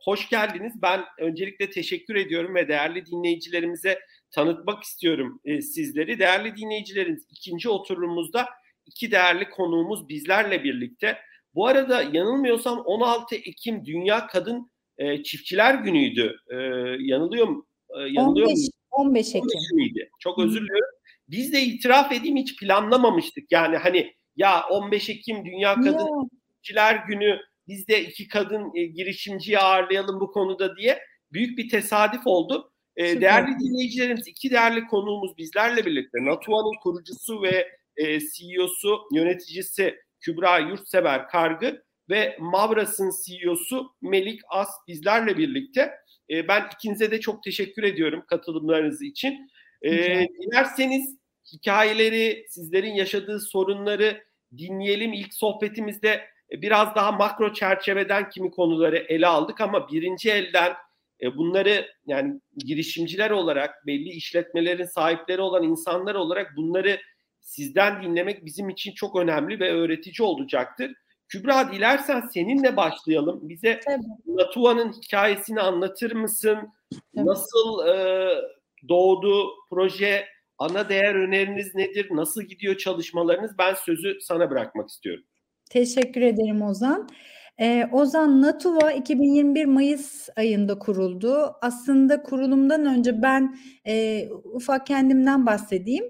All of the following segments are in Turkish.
hoş geldiniz. Ben öncelikle teşekkür ediyorum ve değerli dinleyicilerimize tanıtmak istiyorum sizleri. Değerli dinleyicilerimiz, ikinci oturumumuzda iki değerli konuğumuz bizlerle birlikte. Bu arada yanılmıyorsam 16 Ekim Dünya Kadın Çiftçiler Günü'ydü. Yanılıyor mu? 15 Ekim. Miydi? Çok özür diliyorum. Biz de itiraf edeyim hiç planlamamıştık. Yani hani ya 15 Ekim Dünya Kadın Çiftçiler Günü, biz de iki kadın girişimciyi ağırlayalım bu konuda diye büyük bir tesadüf oldu. Değerli dinleyicilerimiz, iki değerli konuğumuz bizlerle birlikte. Natua'nın kurucusu ve CEO'su, yöneticisi Kübra Yurtsever Kargı ve Mavras'ın CEO'su Melik As bizlerle birlikte. Ben ikinize de çok teşekkür ediyorum katılımlarınız için. Dilerseniz hikayeleri, sizlerin yaşadığı sorunları dinleyelim. İlk sohbetimizde biraz daha makro çerçeveden kimi konuları ele aldık ama birinci elden bunları, yani girişimciler olarak, belli işletmelerin sahipleri olan insanlar olarak bunları sizden dinlemek bizim için çok önemli ve öğretici olacaktır. Kübra, dilersen seninle başlayalım. Bize Natua'nın hikayesini anlatır mısın? Nasıl doğdu proje? Ana değer öneriniz nedir? Nasıl gidiyor çalışmalarınız? Ben sözü sana bırakmak istiyorum. Teşekkür ederim Ozan. Ozan, Natua 2021 Mayıs ayında kuruldu. Aslında kurulumdan önce ben ufak kendimden bahsedeyim.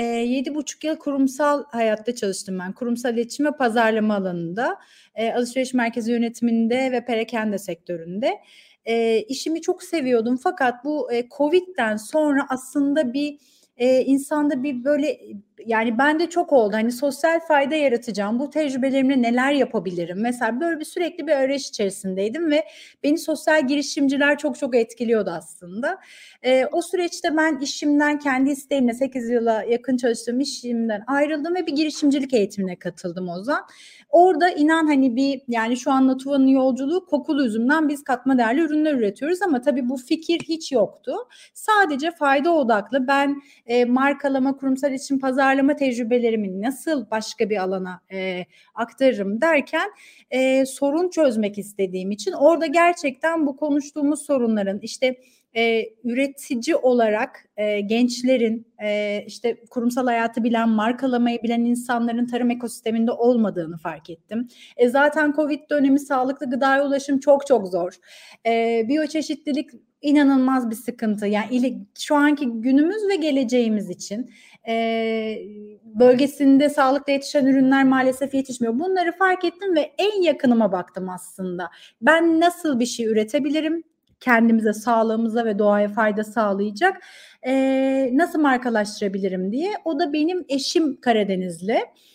7,5 yıl kurumsal hayatta çalıştım ben. Kurumsal iletişim ve pazarlama alanında, alışveriş merkezi yönetiminde ve perakende sektöründe. İşimi çok seviyordum fakat bu Covid'den sonra aslında insanda bir böyle, yani bende çok oldu. Hani sosyal fayda yaratacağım, bu tecrübelerimle neler yapabilirim? Mesela böyle sürekli bir arayış içerisindeydim ve beni sosyal girişimciler çok çok etkiliyordu aslında. O süreçte ben işimden kendi isteğimle 8 yıla yakın çalıştığım işimden ayrıldım ve bir girişimcilik eğitimine katıldım Ozan. Orada inan yani şu an Natua'nın yolculuğu, kokulu üzümden biz katma değerli ürünler üretiyoruz ama tabii bu fikir hiç yoktu. Sadece fayda odaklı ben markalama, kurumsal iletişim, pazarlama tecrübelerimi nasıl başka bir alana aktarırım derken sorun çözmek istediğim için orada gerçekten bu konuştuğumuz sorunların üretici olarak gençlerin, kurumsal hayatı bilen, markalamayı bilen insanların tarım ekosisteminde olmadığını fark ettim. Zaten Covid dönemi, sağlıklı gıdaya ulaşım çok çok zor. Biyoçeşitlilik inanılmaz bir sıkıntı. Yani şu anki günümüz ve geleceğimiz için bölgesinde sağlıkla yetişen ürünler maalesef yetişmiyor. Bunları fark ettim ve en yakınıma baktım aslında. Ben nasıl bir şey üretebilirim? Kendimize, sağlığımıza ve doğaya fayda sağlayacak. Nasıl markalaştırabilirim diye. O da benim eşim Karadenizli.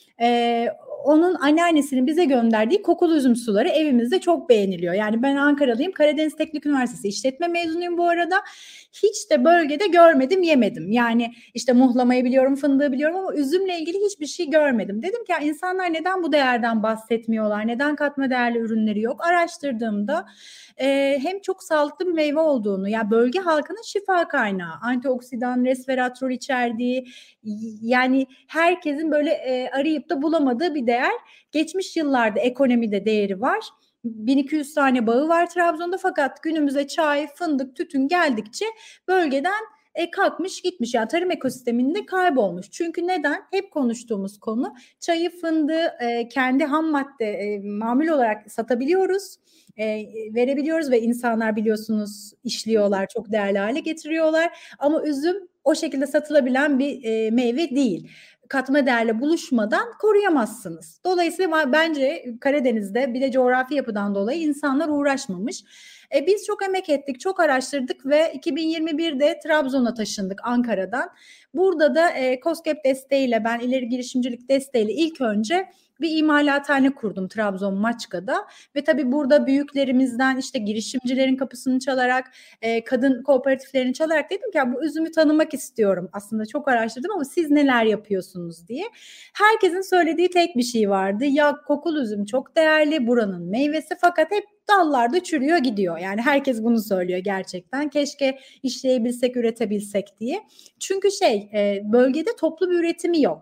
Onun anneannesinin bize gönderdiği kokulu üzüm suları evimizde çok beğeniliyor. Yani ben Ankaralıyım. Karadeniz Teknik Üniversitesi işletme mezunuyum bu arada. Hiç de bölgede görmedim, yemedim. Yani muhlamayı biliyorum, fındığı biliyorum ama üzümle ilgili hiçbir şey görmedim. Dedim ki ya insanlar neden bu değerden bahsetmiyorlar? Neden katma değerli ürünleri yok? Araştırdığımda hem çok sağlıklı bir meyve olduğunu, yani bölge halkının şifa kaynağı, antioksidan, resveratrol içerdiği, yani herkesin böyle arayıp da bulamadığı bir değer. Geçmiş yıllarda ekonomide değeri var. 1200 tane bağı var Trabzon'da fakat günümüze çay, fındık, tütün geldikçe bölgeden kalkmış gitmiş. Yani tarım ekosisteminde kaybolmuş. Çünkü neden? Hep konuştuğumuz konu, çayı, fındığı kendi ham madde mamul olarak satabiliyoruz. Verebiliyoruz ve insanlar biliyorsunuz işliyorlar, çok değerli hale getiriyorlar. Ama üzüm o şekilde satılabilen bir meyve değil. Katma değerle buluşmadan koruyamazsınız. Dolayısıyla bence Karadeniz'de bir de coğrafi yapıdan dolayı insanlar uğraşmamış. Biz çok emek ettik, çok araştırdık ve 2021'de Trabzon'a taşındık Ankara'dan. Burada da KOSGEB desteğiyle, ben ileri girişimcilik desteğiyle ilk önce bir imalathane kurdum Trabzon Maçka'da ve tabii burada büyüklerimizden girişimcilerin kapısını çalarak, kadın kooperatiflerini çalarak dedim ki bu üzümü tanımak istiyorum. Aslında çok araştırdım ama siz neler yapıyorsunuz diye. Herkesin söylediği tek bir şey vardı. Ya kokulu üzüm çok değerli, buranın meyvesi, fakat hep dallarda çürüyor gidiyor. Yani herkes bunu söylüyor gerçekten. Keşke işleyebilsek, üretebilsek diye. Çünkü bölgede toplu bir üretimi yok.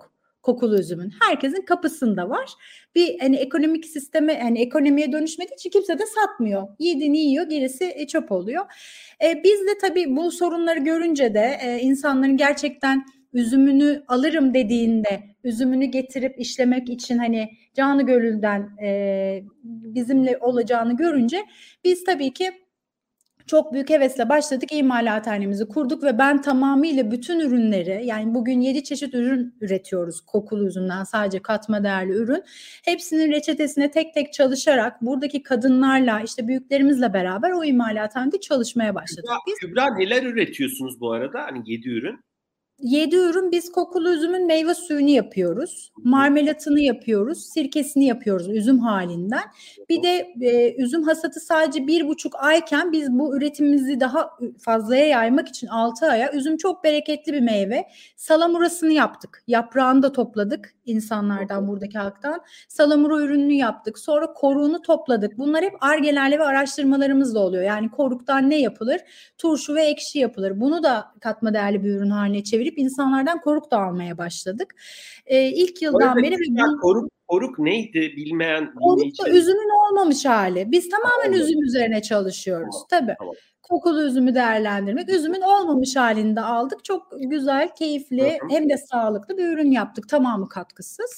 kokulu üzümün. Herkesin kapısında var. Bir hani ekonomik sisteme, hani ekonomiye dönüşmediği için kimse de satmıyor. Yediğini yiyor, gerisi çöp oluyor. Biz de tabii bu sorunları görünce de insanların gerçekten üzümünü alırım dediğinde, üzümünü getirip işlemek için hani canı gönülden bizimle olacağını görünce biz tabii ki çok büyük hevesle başladık, imalathanemizi kurduk ve ben tamamıyla bütün ürünleri, yani bugün 7 çeşit ürün üretiyoruz kokulu üzümden, sadece katma değerli ürün. Hepsinin reçetesine tek tek çalışarak buradaki kadınlarla, işte büyüklerimizle beraber o imalathanede çalışmaya başladık biz. Kübra, neler üretiyorsunuz bu arada? Hani 7 ürün. 7 ürün, biz kokulu üzümün meyve suyunu yapıyoruz. Marmelatını yapıyoruz. Sirkesini yapıyoruz üzüm halinden. Bir de üzüm hasatı sadece 1,5 ayken biz bu üretimimizi daha fazlaya yaymak için 6 aya, üzüm çok bereketli bir meyve. Salamurasını yaptık. Yaprağını da topladık insanlardan, buradaki halktan. Salamura ürününü yaptık. Sonra koruğunu topladık. Bunlar hep argelerle ve araştırmalarımızla oluyor. Yani koruktan ne yapılır? Turşu ve ekşi yapılır. Bunu da katma değerli bir ürün haline çevirip insanlardan koruk da almaya başladık. İlk yıldan beri koruk neydi bilmeyen koruk da üzümün olmamış hali. Biz tamamen üzüm üzerine çalışıyoruz. Tabii. Tamam. Kokulu üzümü değerlendirmek. Üzümün olmamış halini de aldık. Çok güzel, keyifli, hem de sağlıklı bir ürün yaptık. Tamamı katkısız.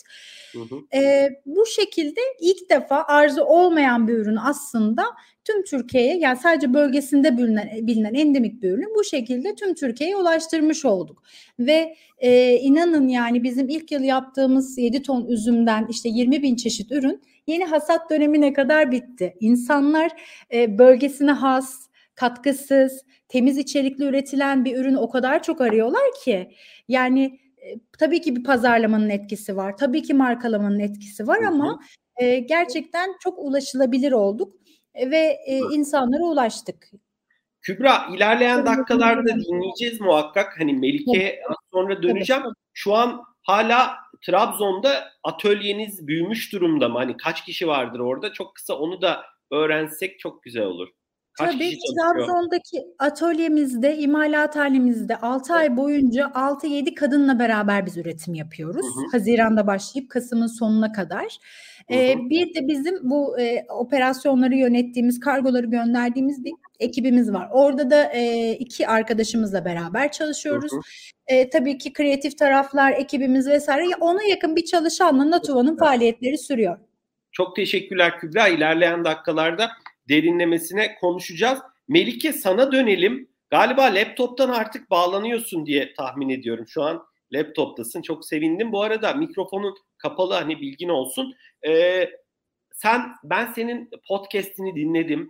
Bu şekilde ilk defa arzı olmayan bir ürün aslında tüm Türkiye'ye, yani sadece bölgesinde bilinen endemik bir ürün, bu şekilde tüm Türkiye'ye ulaştırmış olduk. Ve inanın yani bizim ilk yıl yaptığımız 7 ton üzümden işte 20.000 çeşit ürün yeni hasat dönemine kadar bitti. İnsanlar bölgesine has, katkısız, temiz içerikli üretilen bir ürünü o kadar çok arıyorlar ki, yani tabii ki bir pazarlamanın etkisi var, tabii ki markalamanın etkisi var, ama gerçekten çok ulaşılabilir olduk ve insanlara ulaştık. Kübra, ilerleyen dakikalarda dinleyeceğiz muhakkak. Hani Melike'ye sonra döneceğim. Şu an hala Trabzon'da atölyeniz büyümüş durumda mı? Hani kaç kişi vardır orada? Çok kısa onu da öğrensek çok güzel olur. Tabii, Trabzon'daki atölyemizde, imalathanemizde 6 ay boyunca 6-7 kadınla beraber biz üretim yapıyoruz. Haziran'da başlayıp Kasım'ın sonuna kadar. Bir de bizim bu operasyonları yönettiğimiz, kargoları gönderdiğimiz bir ekibimiz var. Orada da 2 arkadaşımızla beraber çalışıyoruz. Tabii ki kreatif taraflar, ekibimiz vesaire, ona yakın bir çalışanla Natuva'nın faaliyetleri sürüyor. Çok teşekkürler Kübra. İlerleyen dakikalarda derinlemesine konuşacağız. Melike, sana dönelim. Galiba laptoptan artık bağlanıyorsun diye tahmin ediyorum. Şu an laptoptasın. Çok sevindim. Bu arada mikrofonun kapalı, hani bilgin olsun. Ben senin podcast'ini dinledim.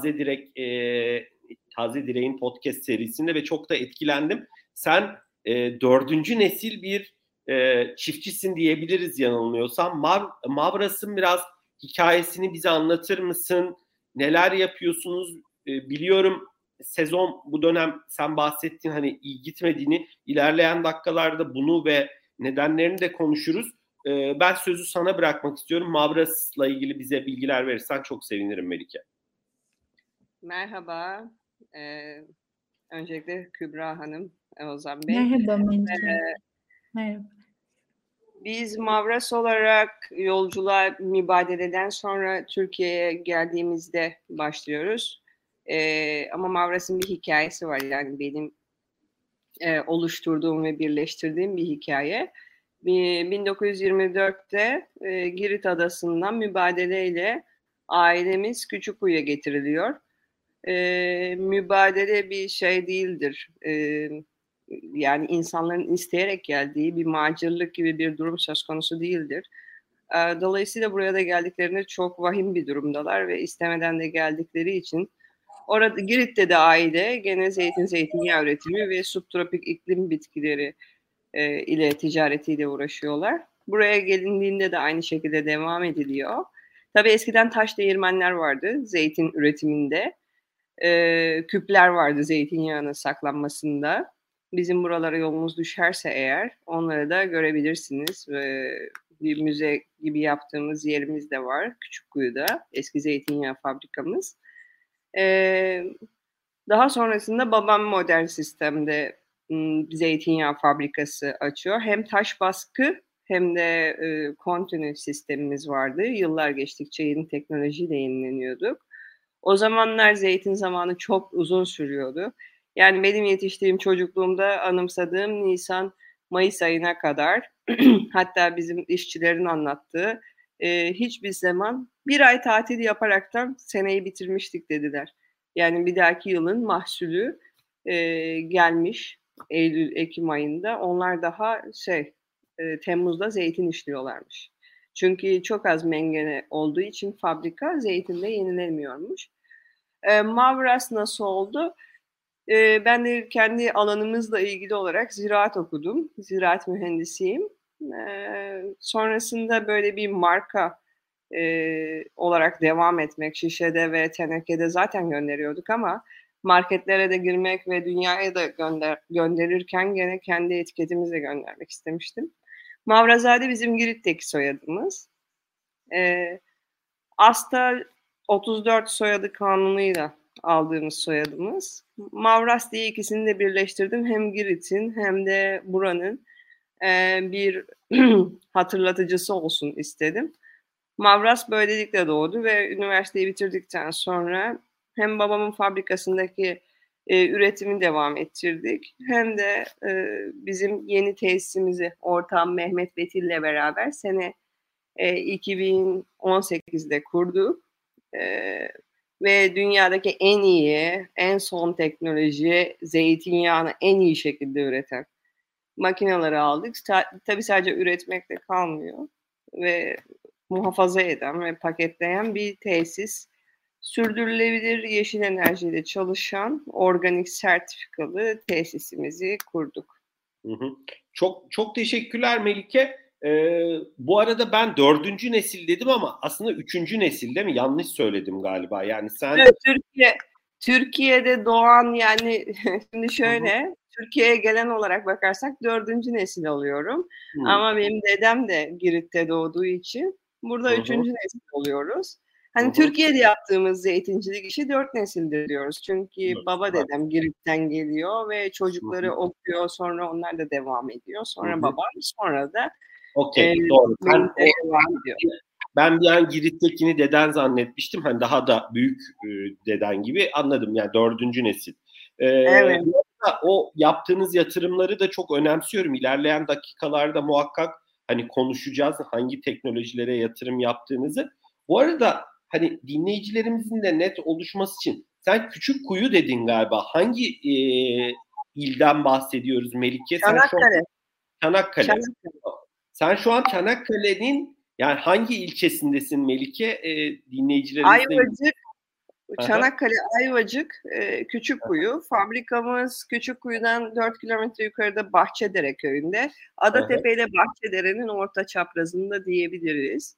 Taze Direğin podcast serisinde ve çok da etkilendim. Sen 4. nesil bir çiftçisin diyebiliriz yanılmıyorsam. Mavras'ın biraz hikayesini bize anlatır mısın? Neler yapıyorsunuz? Biliyorum sezon bu dönem sen bahsettin, hani iyi gitmediğini. İlerleyen dakikalarda bunu ve nedenlerini de konuşuruz. Ben sözü sana bırakmak istiyorum. Mavras'la ilgili bize bilgiler verirsen çok sevinirim Melike. Merhaba. Öncelikle Kübra Hanım, Ozan Bey. Merhaba Melike. Merhaba. Biz Mavras olarak yolculuğa mübadeleden sonra Türkiye'ye geldiğimizde başlıyoruz. Ama Mavras'ın bir hikayesi var, yani benim oluşturduğum ve birleştirdiğim bir hikaye. 1924'te Girit Adası'ndan mübadeleyle ailemiz Küçükkuyu'ya getiriliyor. Mübadele bir şey değildir. Yani insanların isteyerek geldiği bir macirlik gibi bir durum söz konusu değildir. Dolayısıyla buraya da geldiklerinde çok vahim bir durumdalar ve istemeden de geldikleri için orada Girit'te de aile gene zeytinyağı üretimi ve subtropik iklim bitkileri ile ticaretiyle uğraşıyorlar. Buraya gelindiğinde de aynı şekilde devam ediliyor. Tabii eskiden taş değirmenler vardı zeytin üretiminde. Küpler vardı zeytinyağının saklanmasında. Bizim buralara yolunuz düşerse eğer onları da görebilirsiniz. Bir müze gibi yaptığımız yerimiz de var Küçükkuyu'da, eski zeytinyağı fabrikamız. Daha sonrasında babam modern sistemde zeytinyağı fabrikası açıyor. Hem taş baskı hem de kontinu sistemimiz vardı. Yıllar geçtikçe yeni teknolojiyle yenileniyorduk. O zamanlar zeytin zamanı çok uzun sürüyordu. Yani benim yetiştiğim çocukluğumda anımsadığım Nisan-Mayıs ayına kadar hatta bizim işçilerin anlattığı hiçbir zaman bir ay tatil yaparaktan seneyi bitirmiştik dediler. Yani bir dahaki yılın mahsulü gelmiş Eylül-Ekim ayında. Onlar daha Temmuz'da zeytin işliyorlarmış. Çünkü çok az mengene olduğu için fabrika zeytinde yenilemiyormuş. Mavras nasıl oldu? Ben de kendi alanımızla ilgili olarak ziraat okudum. Ziraat mühendisiyim. Sonrasında böyle bir marka olarak devam etmek, şişede ve tenekede zaten gönderiyorduk ama marketlere de girmek ve dünyaya da gönderirken gene kendi etiketimizle göndermek istemiştim. Mavrazade bizim Girit'teki soyadımız. Asta 34 soyadı kanunuyla aldığımız soyadımız. Mavras diye ikisini de birleştirdim. Hem Girit'in hem de buranın bir hatırlatıcısı olsun istedim. Mavras böylelikle doğdu ve üniversiteyi bitirdikten sonra hem babamın fabrikasındaki üretimi devam ettirdik hem de bizim yeni tesisimizi ortağım Mehmet Betil'le beraber sene 2018'de kurduk. Ve dünyadaki en iyi, en son teknoloji zeytinyağını en iyi şekilde üreten makineleri aldık. Tabii sadece üretmekle kalmıyor ve muhafaza eden ve paketleyen bir tesis. Sürdürülebilir yeşil enerjiyle çalışan organik sertifikalı tesisimizi kurduk. Çok teşekkürler Melike. Bu arada ben 4. nesil dedim ama aslında 3. nesil değil mi? Yanlış söyledim galiba. Yani sen... Evet, Türkiye'de doğan yani şimdi şöyle Türkiye'ye gelen olarak bakarsak 4. nesil oluyorum. Ama benim dedem de Girit'te doğduğu için burada 3. nesil oluyoruz. Hani Türkiye'de yaptığımız zeytincilik işi 4 nesildir diyoruz. Çünkü baba dedem Girit'ten geliyor ve çocukları okuyor, sonra onlar da devam ediyor. Sonra babam, sonra da doğru. Ben bir an Girit'tekini deden zannetmiştim. Hani daha da büyük deden gibi anladım. Yani 4. nesil. Evet. O yaptığınız yatırımları da çok önemsiyorum. İlerleyen dakikalarda muhakkak hani konuşacağız hangi teknolojilere yatırım yaptığınızı. Bu arada hani dinleyicilerimizin de net oluşması için sen Küçükkuyu dedin galiba. Hangi ilden bahsediyoruz Melike? Çanakkale. Çanakkale. Sen şu an Çanakkale'nin yani hangi ilçesindesin Melike? Dinleyicilerimizle... Ayvacık. Çanakkale Ayvacık Küçükkuyu. Fabrikamız Küçükkuyu'dan 4 kilometre yukarıda Bahçedere köyünde. Adatepe ile Bahçedere'nin orta çaprazında diyebiliriz.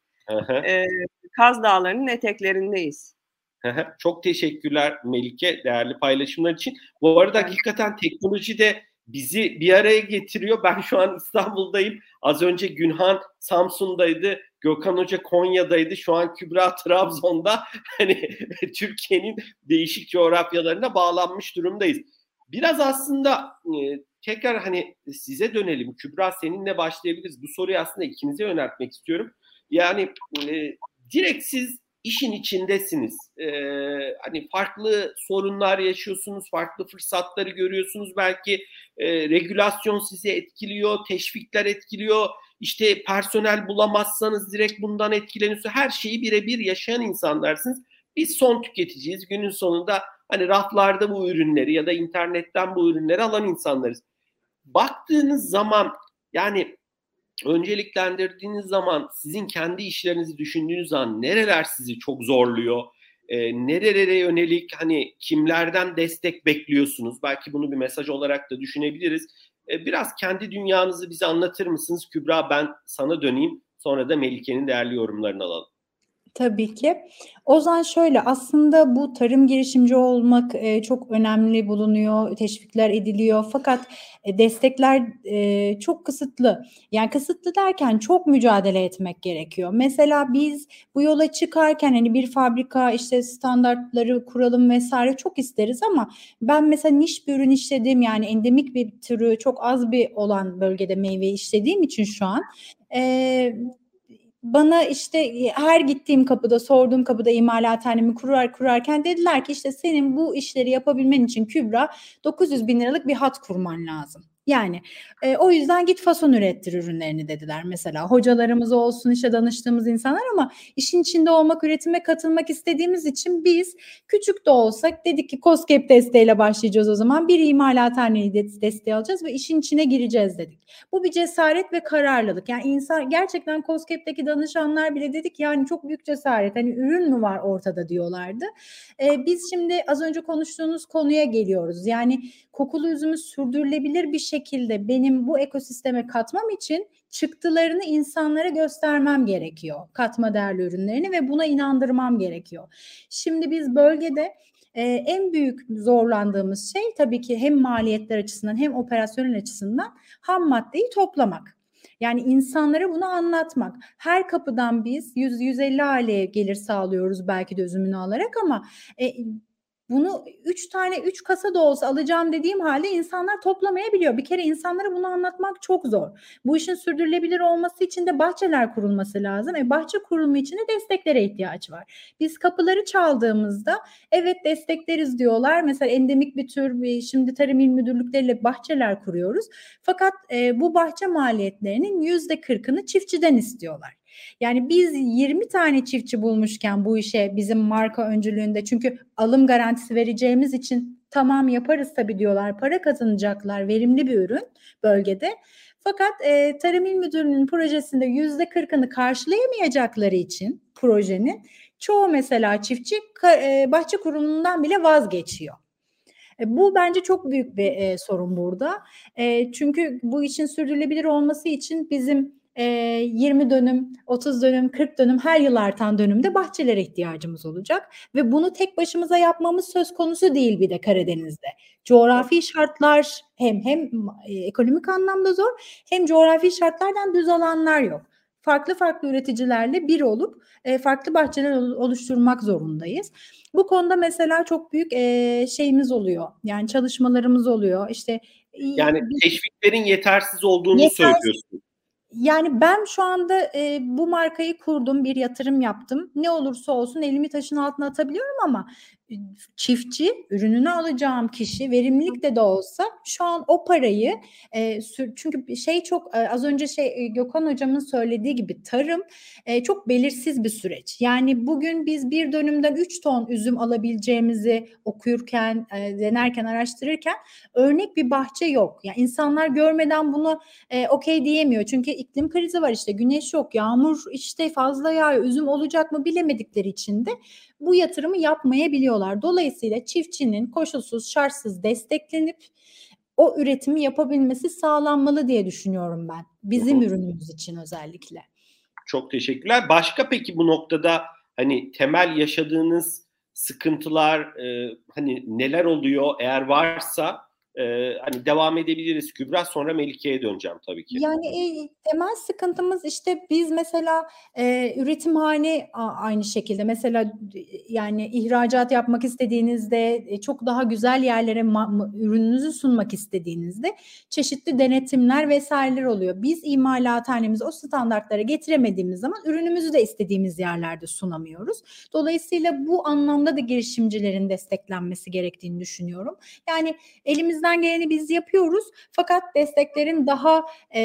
Kaz Dağları'nın eteklerindeyiz. Çok teşekkürler Melike değerli paylaşımlar için. Bu arada hakikaten teknoloji de bizi bir araya getiriyor. Ben şu an İstanbul'dayım. Az önce Günhan Samsun'daydı. Gökhan Hoca Konya'daydı. Şu an Kübra Trabzon'da. Hani Türkiye'nin değişik coğrafyalarına bağlanmış durumdayız. Biraz aslında tekrar hani size dönelim. Kübra seninle başlayabiliriz. Bu soruyu aslında ikinize yöneltmek istiyorum. Yani direkt siz işin içindesiniz. Hani farklı sorunlar yaşıyorsunuz, farklı fırsatları görüyorsunuz. Belki regülasyon sizi etkiliyor, teşvikler etkiliyor. İşte personel bulamazsanız direkt bundan etkileniyorsunuz. Her şeyi birebir yaşayan insanlarsınız. Biz son tüketiciyiz. Günün sonunda hani raflarda bu ürünleri ya da internetten bu ürünleri alan insanlarız. Baktığınız zaman yani önceliklendirdiğiniz zaman sizin kendi işlerinizi düşündüğünüz zaman nereler sizi çok zorluyor? Nerelere yönelik hani kimlerden destek bekliyorsunuz? Belki bunu bir mesaj olarak da düşünebiliriz. Biraz kendi dünyanızı bize anlatır mısınız? Kübra ben sana döneyim. Sonra da Melike'nin değerli yorumlarını alalım. Tabii ki. Ozan şöyle, aslında bu tarım girişimci olmak çok önemli bulunuyor, teşvikler ediliyor. Fakat destekler çok kısıtlı. Yani kısıtlı derken çok mücadele etmek gerekiyor. Mesela biz bu yola çıkarken hani bir fabrika işte standartları kuralım vesaire çok isteriz ama ben mesela niş bir ürün işlediğim, yani endemik bir türü çok az bir olan bölgede meyve işlediğim için şu an bana işte her gittiğim kapıda, sorduğum kapıda imalathanemi kurarken dediler ki işte senin bu işleri yapabilmen için Kübra 900 bin liralık bir hat kurman lazım. Yani o yüzden git fason ürettir ürünlerini dediler mesela. Hocalarımız olsun, işte danıştığımız insanlar, ama işin içinde olmak, üretime katılmak istediğimiz için biz küçük de olsak dedik ki KOSGEB desteğiyle başlayacağız o zaman. Bir imalathaneyi desteği alacağız ve işin içine gireceğiz dedik. Bu bir cesaret ve kararlılık. Yani insan gerçekten KOSGEB'deki danışanlar bile dedik yani çok büyük cesaret. Hani ürün mü var ortada diyorlardı. Biz şimdi az önce konuştuğunuz konuya geliyoruz. Yani kokulu üzümü sürdürülebilir bir şekilde benim bu ekosisteme katmam için çıktılarını insanlara göstermem gerekiyor. Katma değerli ürünlerini ve buna inandırmam gerekiyor. Şimdi biz bölgede en büyük zorlandığımız şey tabii ki hem maliyetler açısından hem operasyonel açısından ham maddeyi toplamak. Yani insanlara bunu anlatmak. Her kapıdan biz 100-150 aileye gelir sağlıyoruz belki de üzümünü alarak, ama bunu 3 kasa da olsa alacağım dediğim halde insanlar toplamayabiliyor. Bir kere insanlara bunu anlatmak çok zor. Bu işin sürdürülebilir olması için de bahçeler kurulması lazım. Bahçe kurulumu için de desteklere ihtiyaç var. Biz kapıları çaldığımızda evet destekleriz diyorlar. Mesela endemik bir tür, şimdi Tarım İl Müdürlükleriyle bahçeler kuruyoruz. Fakat bu bahçe maliyetlerinin %40'ını çiftçiden istiyorlar. Yani biz 20 tane çiftçi bulmuşken bu işe bizim marka öncülüğünde, çünkü alım garantisi vereceğimiz için tamam yaparız tabii diyorlar. Para kazanacaklar, verimli bir ürün bölgede. Fakat Tarım İl Müdürlüğü'nün projesinde %40'ını karşılayamayacakları için projenin çoğu mesela çiftçi bahçe kurumundan bile vazgeçiyor. Bu bence çok büyük bir sorun burada. Çünkü bu işin sürdürülebilir olması için bizim 20 dönüm, 30 dönüm, 40 dönüm, her yıl artan dönümde bahçelere ihtiyacımız olacak. Ve bunu tek başımıza yapmamız söz konusu değil bir de Karadeniz'de. Coğrafi şartlar hem ekonomik anlamda zor, hem coğrafi şartlardan düz alanlar yok. Farklı üreticilerle bir olup farklı bahçeler oluşturmak zorundayız. Bu konuda mesela çok büyük şeyimiz oluyor. Yani çalışmalarımız oluyor. İşte yani teşviklerin yetersiz olduğunu söylüyorsun. Yani ben şu anda bu markayı kurdum, bir yatırım yaptım. Ne olursa olsun elimi taşın altına atabiliyorum ama çiftçi, ürününü alacağım kişi verimlilik de olsa şu an o parayı çünkü çok az önce Gökhan hocamın söylediği gibi tarım çok belirsiz bir süreç. Yani bugün biz bir dönümden 3 ton üzüm alabileceğimizi okuyurken, denerken, araştırırken örnek bir bahçe yok. Yani insanlar görmeden bunu okey diyemiyor. Çünkü iklim krizi var, işte güneş yok, yağmur işte fazla yağıyor, üzüm olacak mı bilemedikleri için de bu yatırımı yapmayabiliyorlar. Dolayısıyla çiftçinin koşulsuz, şartsız desteklenip o üretimi yapabilmesi sağlanmalı diye düşünüyorum ben. Bizim ürünümüz için özellikle. Çok teşekkürler. Başka peki bu noktada hani temel yaşadığınız sıkıntılar hani neler oluyor, eğer varsa hani devam edebiliriz Kübra, sonra Melike'ye döneceğim tabii ki. Yani temel sıkıntımız işte biz mesela üretimhane aynı şekilde mesela yani ihracat yapmak istediğinizde çok daha güzel yerlere ürününüzü sunmak istediğinizde çeşitli denetimler vesaireler oluyor. Biz imalathanemizi o standartlara getiremediğimiz zaman ürünümüzü de istediğimiz yerlerde sunamıyoruz. Dolayısıyla bu anlamda da girişimcilerin desteklenmesi gerektiğini düşünüyorum. Yani elimizden geleni biz yapıyoruz fakat desteklerin daha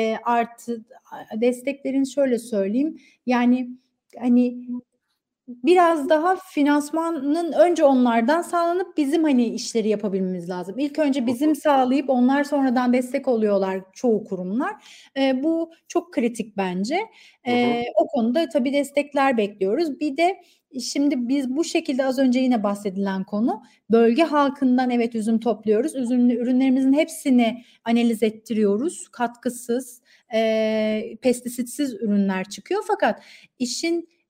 desteklerin şöyle söyleyeyim, yani hani biraz daha finansmanın önce onlardan sağlanıp bizim hani işleri yapabilmemiz lazım. İlk önce bizim sağlayıp onlar sonradan destek oluyorlar çoğu kurumlar. Bu çok kritik bence. O konuda tabii destekler bekliyoruz. Bir de şimdi biz bu şekilde az önce yine bahsedilen konu, bölge halkından evet üzüm topluyoruz. Ürünlerimizin hepsini analiz ettiriyoruz. Katkısız, pestisitsiz ürünler çıkıyor. Fakat işin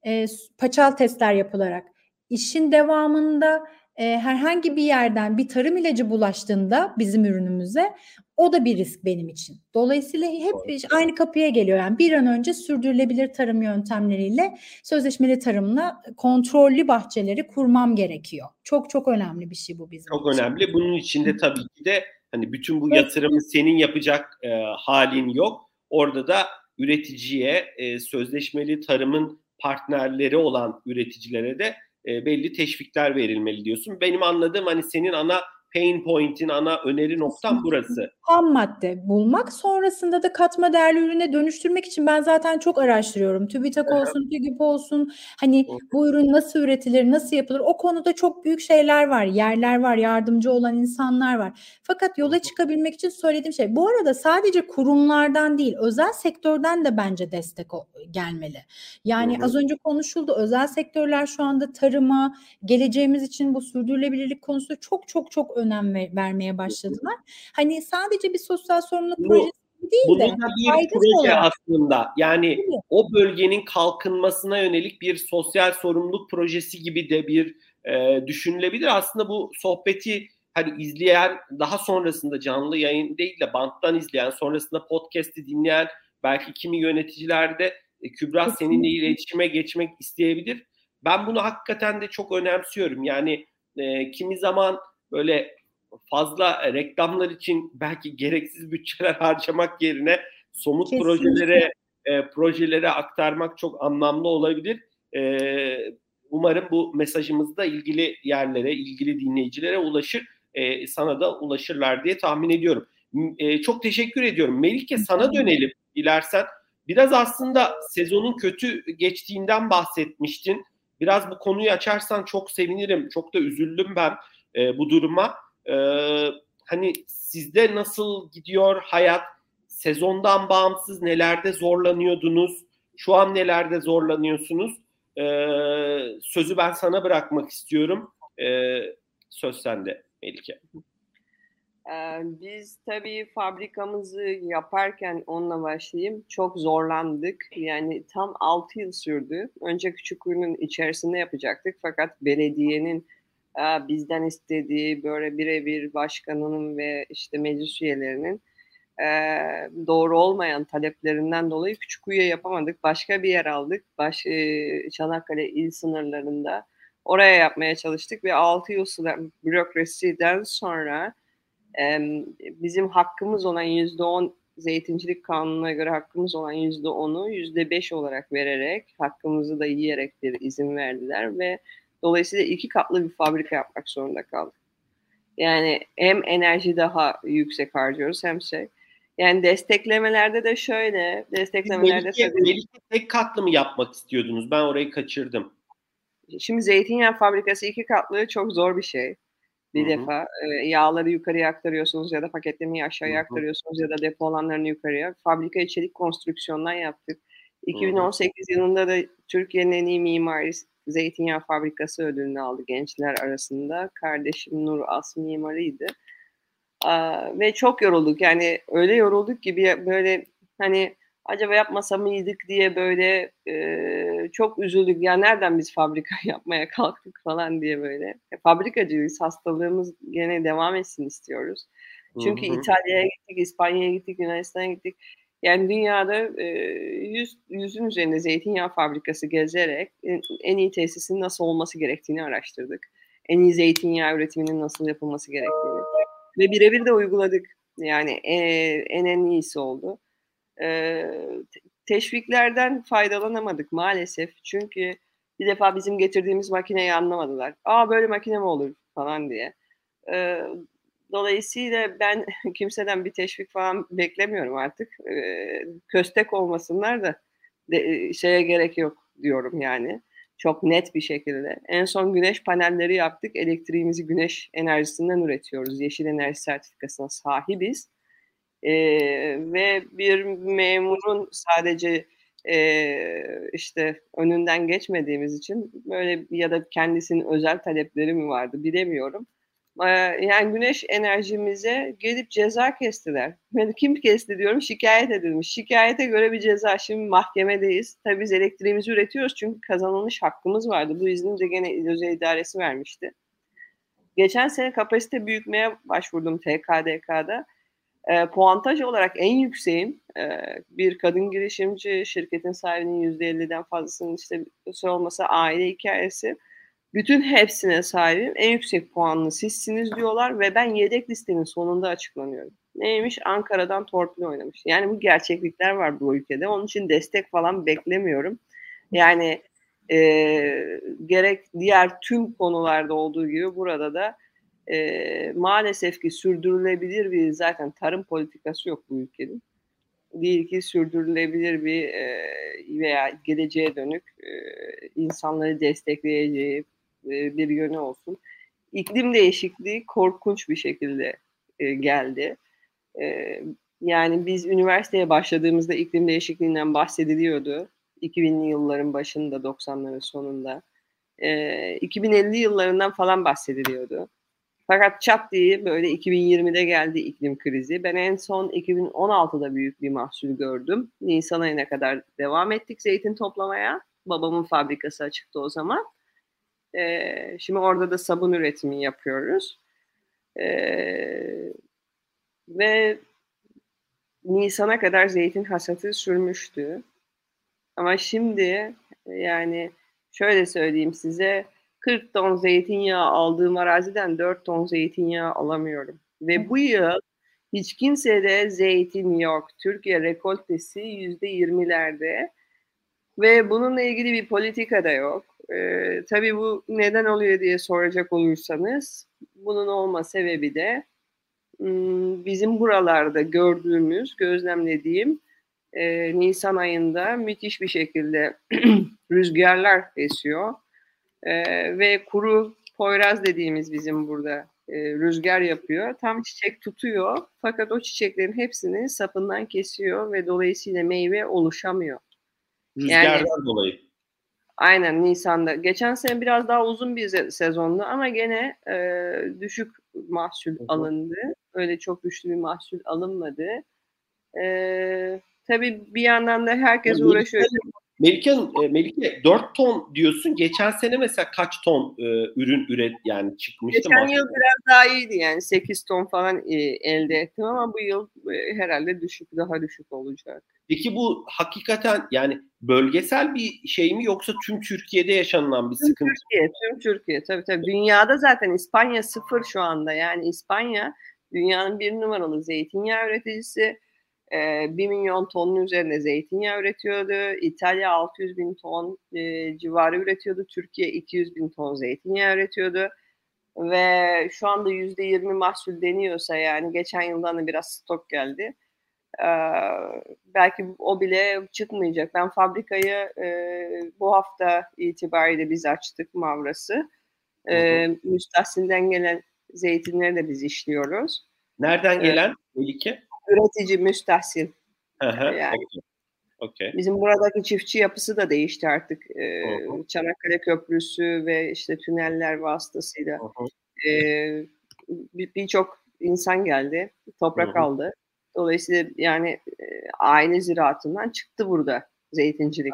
paçal testler yapılarak işin devamında herhangi bir yerden bir tarım ilacı bulaştığında bizim ürünümüze o da bir risk benim için. Dolayısıyla hep aynı kapıya geliyor. Yani bir an önce sürdürülebilir tarım yöntemleriyle sözleşmeli tarımla kontrollü bahçeleri kurmam gerekiyor. Çok çok önemli bir şey bu bizim Çok için. önemli. Bunun içinde tabii ki de hani bütün bu yatırımı senin yapacak halin yok. Orada da üreticiye, sözleşmeli tarımın partnerleri olan üreticilere de belli teşvikler verilmeli diyorsun. Benim anladığım hani senin ana pain point'in, ana öneri noktan burası. Ham madde bulmak, sonrasında da katma değerli ürüne dönüştürmek için ben zaten çok araştırıyorum. TÜBİTAK olsun, TÜGİP olsun, hani bu ürün nasıl üretilir, nasıl yapılır, o konuda çok büyük şeyler var, yerler var, yardımcı olan insanlar var. Fakat yola çıkabilmek için söylediğim şey, bu arada sadece kurumlardan değil, özel sektörden de bence destek gelmeli. Yani az önce konuşuldu, özel sektörler şu anda tarıma, geleceğimiz için bu sürdürülebilirlik konusunda çok çok çok önem vermeye başladılar. Hani sadece bir sosyal sorumluluk projesi değil de bunu da bir proje aslında. Yani o bölgenin kalkınmasına yönelik bir sosyal sorumluluk projesi gibi de bir düşünülebilir. Aslında bu sohbeti hani izleyen, daha sonrasında canlı yayın değil de banttan izleyen, sonrasında podcast'i dinleyen belki kimi yöneticiler de Kübra seninle iletişime geçmek isteyebilir. Ben bunu hakikaten de çok önemsiyorum. Yani kimi zaman böyle fazla reklamlar için belki gereksiz bütçeler harcamak yerine somut projelere aktarmak çok anlamlı olabilir. Umarım bu mesajımız da ilgili yerlere, ilgili dinleyicilere ulaşır. Sana da ulaşırlar diye tahmin ediyorum. Çok teşekkür ediyorum. Melike, sana dönelim dilersen. Biraz aslında sezonun kötü geçtiğinden bahsetmiştin. Biraz bu konuyu açarsan çok sevinirim. Çok da üzüldüm ben bu duruma. Hani sizde nasıl gidiyor hayat? Sezondan bağımsız nelerde zorlanıyordunuz? Şu an nelerde zorlanıyorsunuz? Sözü ben sana bırakmak istiyorum. Söz sende Melike. Biz tabii fabrikamızı yaparken onunla başlayayım. Çok zorlandık. Yani tam 6 yıl sürdü. Önce Küçükkuyu'nun içerisinde yapacaktık. Fakat belediyenin bizden istediği böyle birebir başkanının ve işte meclis üyelerinin doğru olmayan taleplerinden dolayı Küçükkuyu'ya yapamadık. Başka bir yer aldık. Çanakkale il sınırlarında. Oraya yapmaya çalıştık ve 6 yıl bürokrasiden sonra bizim hakkımız olan %10 zeytincilik kanununa göre hakkımız olan %10'u %5 olarak vererek hakkımızı da yiyerek bir izin verdiler ve dolayısıyla 2 katlı bir fabrika yapmak zorunda kaldık. Yani hem enerji daha yüksek harcıyoruz hem şey. Yani desteklemelerde de şöyle, Melike tek katlı mı yapmak istiyordunuz? Ben orayı kaçırdım. Şimdi zeytinyağı fabrikası 2 katlı çok zor bir şey. Bir defa yağları yukarıya aktarıyorsunuz ya da paketlemeyi aşağıya aktarıyorsunuz ya da depo alanlarını yukarıya. Fabrikayı çelik konstrüksiyondan yaptık. 2018 yılında da Türkiye'nin en iyi mimari zeytinyağı fabrikası ödülünü aldı gençler arasında. Kardeşim Nur As mimarıydı. Ve çok yorulduk. Yani öyle yorulduk ki böyle hani acaba yapmasa mıydık diye böyle çok üzüldük. Ya nereden biz fabrika yapmaya kalktık falan diye böyle. Fabrikacıyız. Hastalığımız gene devam etsin istiyoruz. Çünkü İtalya'ya gittik, İspanya'ya gittik, Yunanistan'a gittik. Yani dünyada yüzün üzerinde zeytinyağı fabrikası gezerek en iyi tesisin nasıl olması gerektiğini araştırdık. En iyi zeytinyağı üretiminin nasıl yapılması gerektiğini. Ve birebir de uyguladık. Yani en iyisi oldu. Teşviklerden faydalanamadık maalesef. Çünkü bir defa bizim getirdiğimiz makineyi anlamadılar. Böyle makine mi olur falan diye. Dolayısıyla ben kimseden bir teşvik falan beklemiyorum artık. Köstek olmasınlar da şeye gerek yok diyorum yani. Çok net bir şekilde. En son güneş panelleri yaptık. Elektriğimizi güneş enerjisinden üretiyoruz. Yeşil enerji sertifikasına sahibiz. Ve bir memurun sadece işte önünden geçmediğimiz için böyle ya da kendisinin özel talepleri mi vardı bilemiyorum. Yani güneş enerjimize gelip ceza kestiler. Yani kim kesti diyorum, şikayet edilmiş. Şikayete göre bir ceza. Şimdi mahkemedeyiz. Tabii biz elektriğimizi üretiyoruz çünkü kazanılmış hakkımız vardı. Bu izni de gene özel idaresi vermişti. Geçen sene kapasite büyütmeye başvurdum TKDK'da. Puantaj olarak en yükseğim. Bir kadın girişimci, şirketin sahibinin %50'den fazlasının işte olmasa aile hikayesi. Bütün hepsine sahibim. En yüksek puanlı sizsiniz diyorlar ve ben yedek listenin sonunda açıklanıyorum. Neymiş? Ankara'dan torpil oynamış. Yani bu gerçeklikler var bu ülkede. Onun için destek falan beklemiyorum. Yani gerek diğer tüm konularda olduğu gibi burada da maalesef ki sürdürülebilir bir zaten tarım politikası yok bu ülkenin. Değil ki sürdürülebilir bir veya geleceğe dönük insanları destekleyeceği bir yönü olsun. İklim değişikliği korkunç bir şekilde geldi. Yani biz üniversiteye başladığımızda iklim değişikliğinden bahsediliyordu. 2000'li yılların başında, 90'ların sonunda. 2050 yıllarından falan bahsediliyordu. Fakat çat diye böyle 2020'de geldi iklim krizi. Ben en son 2016'da büyük bir mahsul gördüm. Nisan ayına kadar devam ettik zeytin toplamaya. Babamın fabrikası açıktı o zaman. Şimdi orada da sabun üretimi yapıyoruz. Ve Nisan'a kadar zeytin hasatı sürmüştü. Ama şimdi yani şöyle söyleyeyim size, 40 ton zeytinyağı aldığım araziden 4 ton zeytinyağı alamıyorum. Ve bu yıl hiç kimsede zeytin yok. Türkiye rekoltesi %20'lerde ve bununla ilgili bir politika da yok. Tabii bu neden oluyor diye soracak olursanız, bunun olma sebebi de bizim buralarda gördüğümüz, gözlemlediğim Nisan ayında müthiş bir şekilde rüzgarlar esiyor. Ve kuru Poyraz dediğimiz bizim burada rüzgar yapıyor. Tam çiçek tutuyor. Fakat o çiçeklerin hepsini sapından kesiyor ve dolayısıyla meyve oluşamıyor. Rüzgardan yani, dolayı. Aynen Nisan'da. Geçen sene biraz daha uzun bir sezondu ama gene düşük mahsul alındı. Öyle çok güçlü bir mahsul alınmadı. Tabii bir yandan da herkes yani uğraşıyor. Melike 4 ton diyorsun. Geçen sene mesela kaç ton ürün yani çıkmıştı? Geçen yıl biraz daha iyiydi yani 8 ton falan elde ettim ama bu yıl herhalde daha düşük olacak. Peki bu hakikaten yani bölgesel bir şey mi yoksa tüm Türkiye'de yaşanılan bir sıkıntı? Tüm Türkiye tabii. Dünyada zaten İspanya sıfır şu anda. Yani İspanya dünyanın 1 numaralı zeytinyağı üreticisi. 1 milyon tonun üzerinde zeytinyağı üretiyordu. İtalya 600 bin ton civarı üretiyordu. Türkiye 200 bin ton zeytinyağı üretiyordu. Ve şu anda %20 mahsul deniyorsa yani geçen yıldan da biraz stok geldi. Belki o bile çıkmayacak. Ben fabrikayı bu hafta itibariyle biz açtık Mavras'ı. Müstahsil'den gelen zeytinleri de biz işliyoruz. Nereden gelen Melike? Üretici müstahsil. Yani. Okay. Bizim buradaki çiftçi yapısı da değişti artık. Çanakkale Köprüsü ve işte tüneller vasıtasıyla birçok insan geldi, toprak aldı. Dolayısıyla yani aile ziraatından çıktı burada zeytincilik.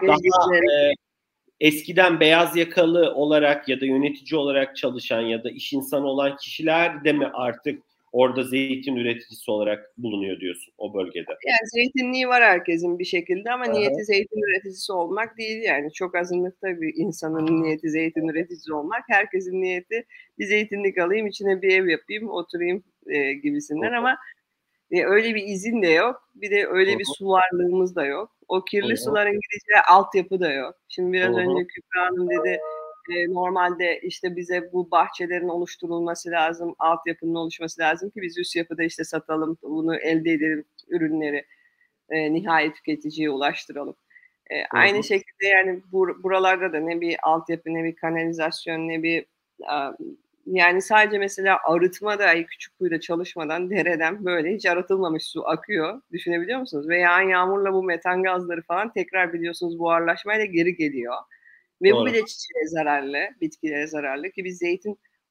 Eskiden beyaz yakalı olarak ya da yönetici olarak çalışan ya da iş insanı olan kişiler de mi artık orada zeytin üreticisi olarak bulunuyor diyorsun o bölgede? Yani zeytinliği var herkesin bir şekilde ama niyeti zeytin üreticisi olmak değil yani. Çok azınlıkta bir insanın niyeti zeytin üreticisi olmak. Herkesin niyeti bir zeytinlik alayım, içine bir ev yapayım, oturayım gibisinden ama öyle bir izin de yok. Bir de öyle bir su varlığımız da yok. O kirli suların gideceği altyapı da yok. Şimdi biraz önce Kübra Hanım dedi normalde işte bize bu bahçelerin oluşturulması lazım, altyapının oluşması lazım ki biz üst yapıda işte satalım, bunu elde edelim, ürünleri nihai tüketiciye ulaştıralım. Aynı şekilde yani buralarda da ne bir altyapı, ne bir kanalizasyon, ne bir yani sadece mesela arıtma dahi küçük kuyuda çalışmadan dereden böyle hiç arıtılmamış su akıyor. Düşünebiliyor musunuz? Ve yağan yağmurla bu metan gazları falan tekrar biliyorsunuz buharlaşmayla geri geliyor. Ve bu bile çiçeğe zararlı, bitkilere zararlı ki biz zeytin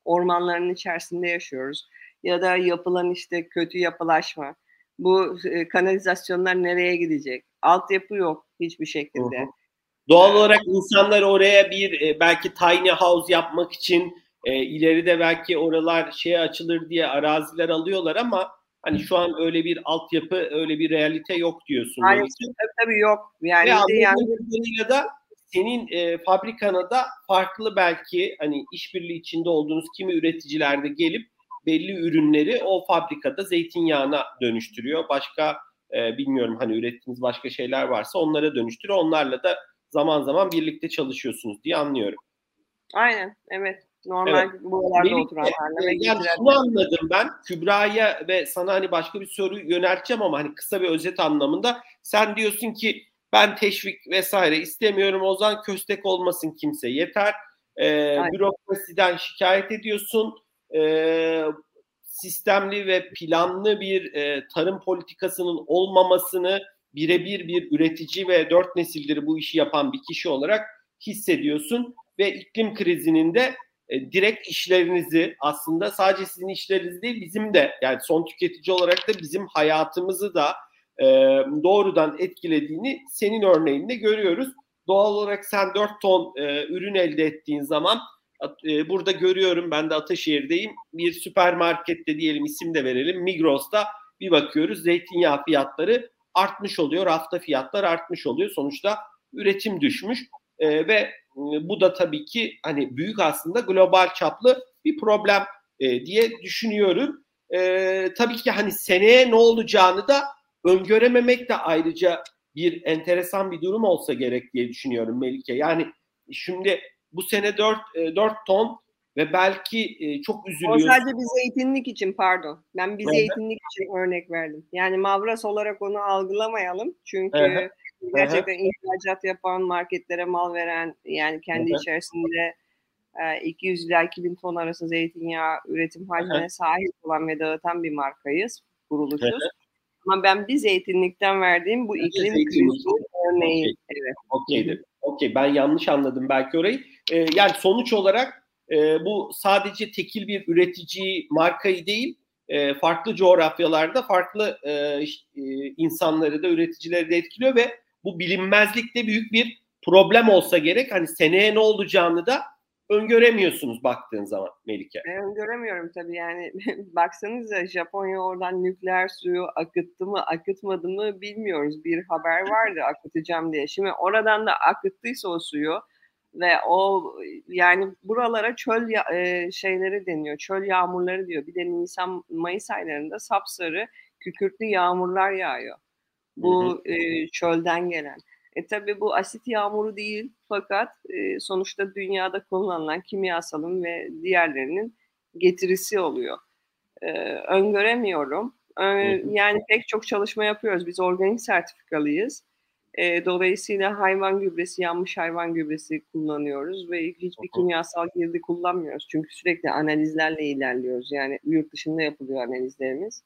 ormanların içerisinde yaşıyoruz. Ya da yapılan işte kötü yapılaşma. Bu kanalizasyonlar nereye gidecek? Altyapı yok hiçbir şekilde. Hı hı. Doğal olarak insanlar oraya bir belki tiny house yapmak için ileride belki oralar şeye açılır diye araziler alıyorlar ama hani şu an öyle bir altyapı, öyle bir realite yok diyorsun. Maalesef tabii yok. Yani ve bir de yani kadarıyla da senin fabrikana da farklı belki hani işbirliği içinde olduğunuz kimi üreticiler de gelip belli ürünleri o fabrikada zeytinyağına dönüştürüyor. Başka bilmiyorum hani ürettiğiniz başka şeyler varsa onlara dönüştürüyor. Onlarla da zaman zaman birlikte çalışıyorsunuz diye anlıyorum. aynen, evet. Normal buralarda oturanlarla ve yani şunu anladım ben. Kübra'ya ve sana hani başka bir soru yönelteceğim ama hani kısa bir özet anlamında. Sen diyorsun ki ben teşvik vesaire istemiyorum. O zaman köstek olmasın kimse. Yeter. Bürokrasiden şikayet ediyorsun. Sistemli ve planlı bir tarım politikasının olmamasını birebir bir üretici ve 4 nesildir bu işi yapan bir kişi olarak hissediyorsun ve iklim krizinin de direkt işlerinizi aslında sadece sizin işleriniz değil bizim de yani son tüketici olarak da bizim hayatımızı da doğrudan etkilediğini senin örneğinde görüyoruz. Doğal olarak sen 4 ton ürün elde ettiğin zaman burada görüyorum ben de Ataşehir'deyim bir süpermarkette diyelim isim de verelim Migros'ta bir bakıyoruz zeytinyağı fiyatları artmış oluyor rafta fiyatlar artmış oluyor sonuçta üretim düşmüş ve bu da tabii ki hani büyük aslında global çaplı bir problem diye düşünüyorum. Tabii ki hani seneye ne olacağını da öngörememek de ayrıca bir enteresan bir durum olsa gerek diye düşünüyorum Melike. Yani şimdi bu sene 4 ton ve belki çok üzülüyoruz. O sadece bir zeytinlik için pardon. Ben bir zeytinlik için örnek verdim. Yani Mavras olarak onu algılamayalım. Çünkü gerçekten ihracat yapan, marketlere mal veren yani kendi içerisinde 200 ila 2000 ton arası zeytinyağı üretim hacmine sahip olan ve dağıtan bir markayız, kuruluşuz. Ama ben bir zeytinlikten verdiğim bu iklim krizi örneği. Evet. Okey. Ben yanlış anladım belki orayı. Yani sonuç olarak bu sadece tekil bir üretici markayı değil, farklı coğrafyalarda farklı insanları da üreticileri de etkiliyor ve bu bilinmezlikte büyük bir problem olsa gerek. Hani seneye ne olacağını da öngöremiyorsunuz baktığın zaman Melike. Öngöremiyorum tabii yani. Baksanıza Japonya oradan nükleer suyu akıttı mı akıtmadı mı bilmiyoruz. Bir haber vardı akıtacağım diye. Şimdi oradan da akıttıysa o suyu ve o yani buralara çöl şeyleri deniyor. Çöl yağmurları diyor. Bir de Nisan Mayıs aylarında sapsarı kükürtlü yağmurlar yağıyor. Bu çölden gelen. Tabii bu asit yağmuru değil fakat sonuçta dünyada kullanılan kimyasalın ve diğerlerinin getirisi oluyor. Öngöremiyorum. Yani pek çok çalışma yapıyoruz. Biz organik sertifikalıyız. Dolayısıyla hayvan gübresi, yanmış hayvan gübresi kullanıyoruz ve hiçbir kimyasal girdi kullanmıyoruz. Çünkü sürekli analizlerle ilerliyoruz. Yani yurt dışında yapılıyor analizlerimiz.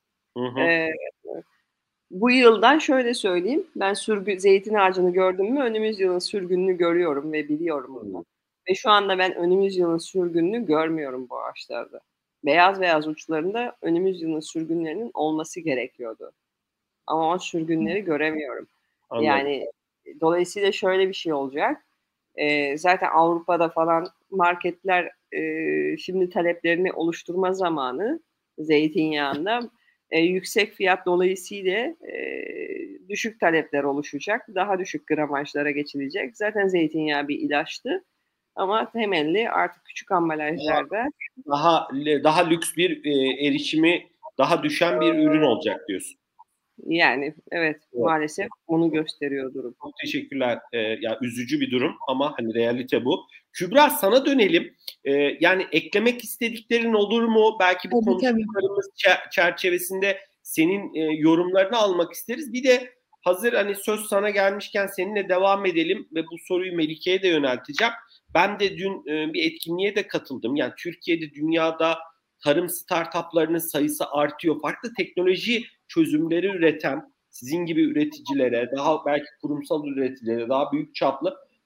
Bu yıldan şöyle söyleyeyim. Ben zeytin ağacını gördüm mü önümüz yılın sürgününü görüyorum ve biliyorum bunu. Ve şu anda ben önümüz yılın sürgününü görmüyorum bu ağaçlarda. Beyaz beyaz uçlarında önümüz yılın sürgünlerinin olması gerekiyordu. Ama o sürgünleri göremiyorum. Anladım. Yani dolayısıyla şöyle bir şey olacak. Zaten Avrupa'da falan marketler şimdi taleplerini oluşturma zamanı zeytinyağında yüksek fiyat dolayısıyla düşük talepler oluşacak. Daha düşük gramajlara geçilecek. Zaten zeytinyağı bir ilaçtı. Ama temelli artık küçük ambalajlarda daha lüks bir erişimi daha düşen bir ürün olacak diyorsun. Yani evet maalesef onu gösteriyor durum. Çok teşekkürler. Ya üzücü bir durum ama hani realite bu. Kübra sana dönelim. Yani eklemek istediklerin olur mu? Belki bu konuşmalarımız çerçevesinde senin yorumlarını almak isteriz. Bir de hazır hani söz sana gelmişken seninle devam edelim ve bu soruyu Melike'ye de yönelteceğim. Ben de dün bir etkinliğe de katıldım. Yani Türkiye'de, dünyada tarım startuplarının sayısı artıyor. Farklı teknoloji çözümleri üreten sizin gibi üreticilere, daha belki kurumsal üreticilere, daha büyük çaplı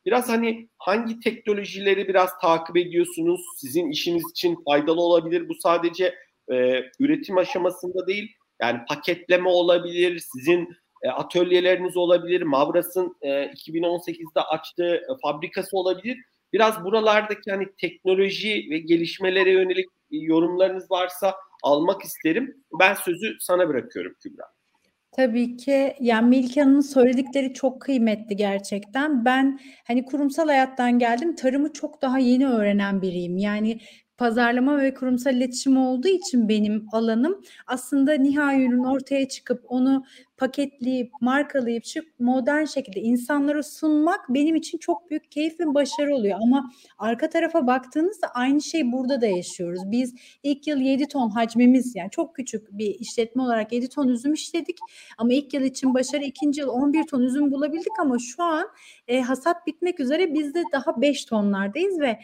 Biraz hani hangi teknolojileri biraz takip ediyorsunuz? Sizin işiniz için faydalı olabilir. Bu sadece üretim aşamasında değil. Yani paketleme olabilir, sizin atölyeleriniz olabilir, Mavras'ın 2018'de açtığı fabrikası olabilir. Biraz buralardaki hani teknoloji ve gelişmelere yönelik yorumlarınız varsa almak isterim. Ben sözü sana bırakıyorum Kübra. Tabii ki yani Melike Hanım'ın söyledikleri çok kıymetli gerçekten. Ben hani kurumsal hayattan geldim. Tarımı çok daha yeni öğrenen biriyim. Yani pazarlama ve kurumsal iletişim olduğu için benim alanım aslında nihai ürün ortaya çıkıp onu paketleyip markalayıp modern şekilde insanlara sunmak benim için çok büyük keyif ve başarı oluyor. Ama arka tarafa baktığınızda aynı şey burada da yaşıyoruz. Biz ilk yıl 7 ton hacmimiz, yani çok küçük bir işletme olarak 7 ton üzüm işledik. Ama ilk yıl için başarı, ikinci yıl 11 ton üzüm bulabildik ama şu an hasat bitmek üzere biz de daha 5 tonlardayız ve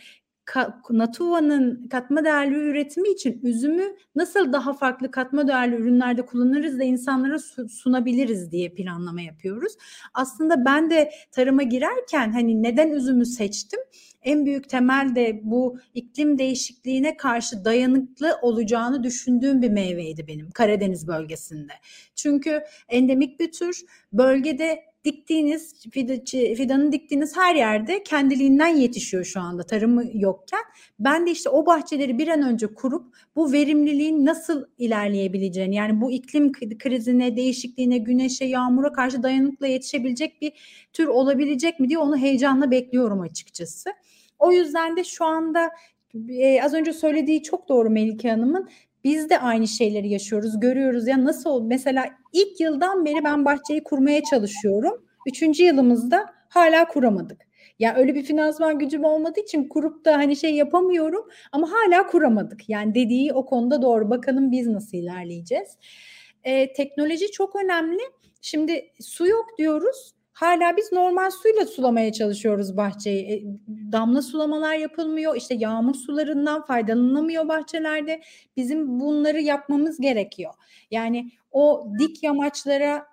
Natuva'nın katma değerli üretimi için üzümü nasıl daha farklı katma değerli ürünlerde kullanırız da insanlara sunabiliriz diye planlama yapıyoruz. Aslında ben de tarıma girerken hani neden üzümü seçtim? En büyük temel de bu iklim değişikliğine karşı dayanıklı olacağını düşündüğüm bir meyveydi benim Karadeniz bölgesinde. Çünkü endemik bir tür, bölgede diktiğiniz fidanı diktiğiniz her yerde kendiliğinden yetişiyor şu anda tarımı yokken. Ben de işte o bahçeleri bir an önce kurup bu verimliliğin nasıl ilerleyebileceğini, yani bu iklim krizine, değişikliğine, güneşe, yağmura karşı dayanıklı yetişebilecek bir tür olabilecek mi diye onu heyecanla bekliyorum açıkçası. O yüzden de şu anda az önce söylediği çok doğru Melike Hanım'ın. Biz de aynı şeyleri yaşıyoruz, görüyoruz. Ya nasıl oldu? Mesela ilk yıldan beri ben bahçeyi kurmaya çalışıyorum. 3. yılımızda hala kuramadık. Ya öyle bir finansman gücüm olmadığı için kurup da hani şey yapamıyorum ama hala kuramadık. Yani dediği o konuda doğru. Bakalım biz nasıl ilerleyeceğiz. Teknoloji çok önemli. Şimdi su yok diyoruz. Hala biz normal suyla sulamaya çalışıyoruz bahçeyi. Damla sulamalar yapılmıyor. İşte yağmur sularından faydalanılamıyor bahçelerde. Bizim bunları yapmamız gerekiyor. Yani o dik yamaçlara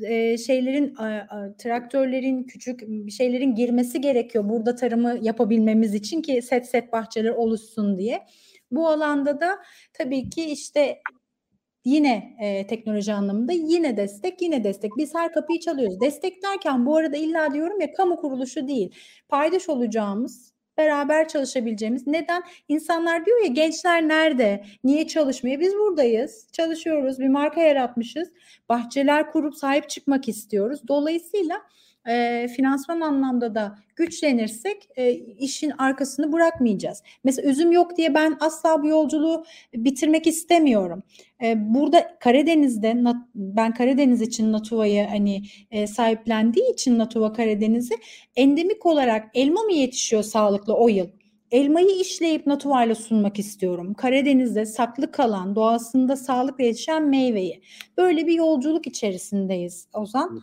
traktörlerin, küçük şeylerin girmesi gerekiyor burada tarımı yapabilmemiz için ki set bahçeler oluşsun diye. Bu alanda da tabii ki işte yine teknoloji anlamında yine destek. Biz her kapıyı çalıyoruz. Destek derken bu arada illa diyorum ya, kamu kuruluşu değil. Paydaş olacağımız, beraber çalışabileceğimiz. Neden? İnsanlar diyor ya, gençler nerede? Niye çalışmıyor? Biz buradayız. Çalışıyoruz. Bir marka yaratmışız. Bahçeler kurup sahip çıkmak istiyoruz. Dolayısıyla finansman anlamda da güçlenirsek işin arkasını bırakmayacağız. Mesela üzüm yok diye ben asla bu yolculuğu bitirmek istemiyorum. Burada Karadeniz'de ben Karadeniz için Natuva'yı hani sahiplendiği için Natuva Karadeniz'i endemik olarak elma mı yetişiyor sağlıklı o yıl? Elmayı işleyip Natuva'yla sunmak istiyorum. Karadeniz'de saklı kalan, doğasında sağlıklı yetişen meyveyi. Böyle bir yolculuk içerisindeyiz Ozan.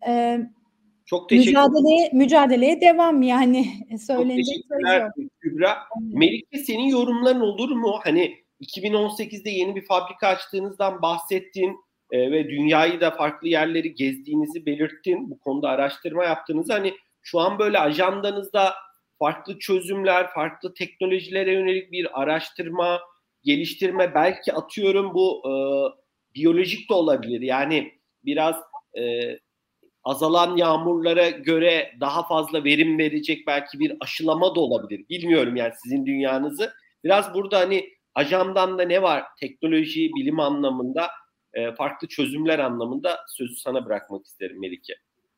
Çok teşekkür mücadeleye devam yani. Söylenecek çok teşekkürler Kübra. Evet. Melike, senin yorumların olur mu? Hani 2018'de yeni bir fabrika açtığınızdan bahsettin ve dünyayı da farklı yerleri gezdiğinizi belirttin. Bu konuda araştırma yaptığınızı, hani şu an böyle ajandanızda farklı çözümler, farklı teknolojilere yönelik bir araştırma, geliştirme, belki atıyorum bu biyolojik de olabilir. Yani biraz azalan yağmurlara göre daha fazla verim verecek belki bir aşılama da olabilir. Bilmiyorum yani sizin dünyanızı. Biraz burada hani ajandanda ne var teknoloji, bilim anlamında, farklı çözümler anlamında sözü sana bırakmak isterim Melike.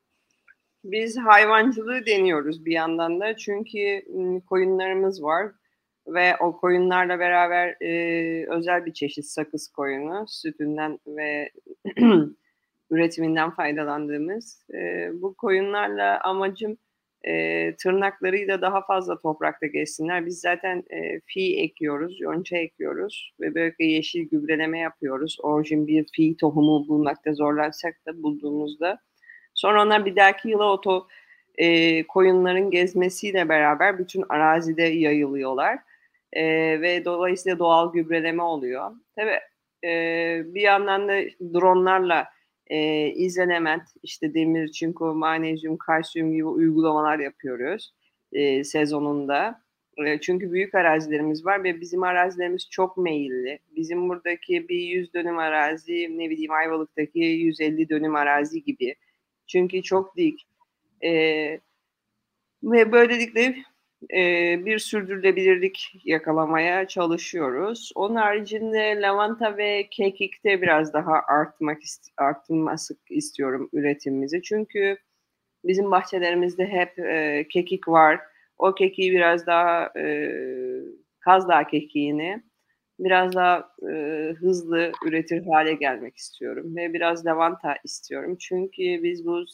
Biz hayvancılığı deniyoruz bir yandan da, çünkü koyunlarımız var ve o koyunlarla beraber özel bir çeşit sakız koyunu, sütünden ve üretiminden faydalandığımız. Bu koyunlarla amacım tırnaklarıyla daha fazla toprakta geçsinler. Biz zaten fi ekiyoruz, yonca ekiyoruz ve böyle yeşil gübreleme yapıyoruz. Orijin bir fi tohumu bulmakta zorlansak da bulduğumuzda. Sonra onlar bir dahaki yıla koyunların gezmesiyle beraber bütün arazide yayılıyorlar. Ve dolayısıyla doğal gübreleme oluyor. Tabii bir yandan da dronlarla izolement, işte demir, çinko, magnezyum, kalsiyum gibi uygulamalar yapıyoruz sezonunda. Çünkü büyük arazilerimiz var ve bizim arazilerimiz çok meyilli. Bizim buradaki bir 100 dönüm arazi, ne bileyim Ayvalık'taki 150 dönüm arazi gibi. Çünkü çok dik. Ve böylelikle bir sürdürülebilirlik yakalamaya çalışıyoruz. Onun haricinde lavanta ve kekikte biraz daha arttırması istiyorum üretimimizi. Çünkü bizim bahçelerimizde hep kekik var. O kekiği biraz daha Kaz Dağı kekiğini biraz daha hızlı üretir hale gelmek istiyorum. Ve biraz lavanta istiyorum. Çünkü biz bu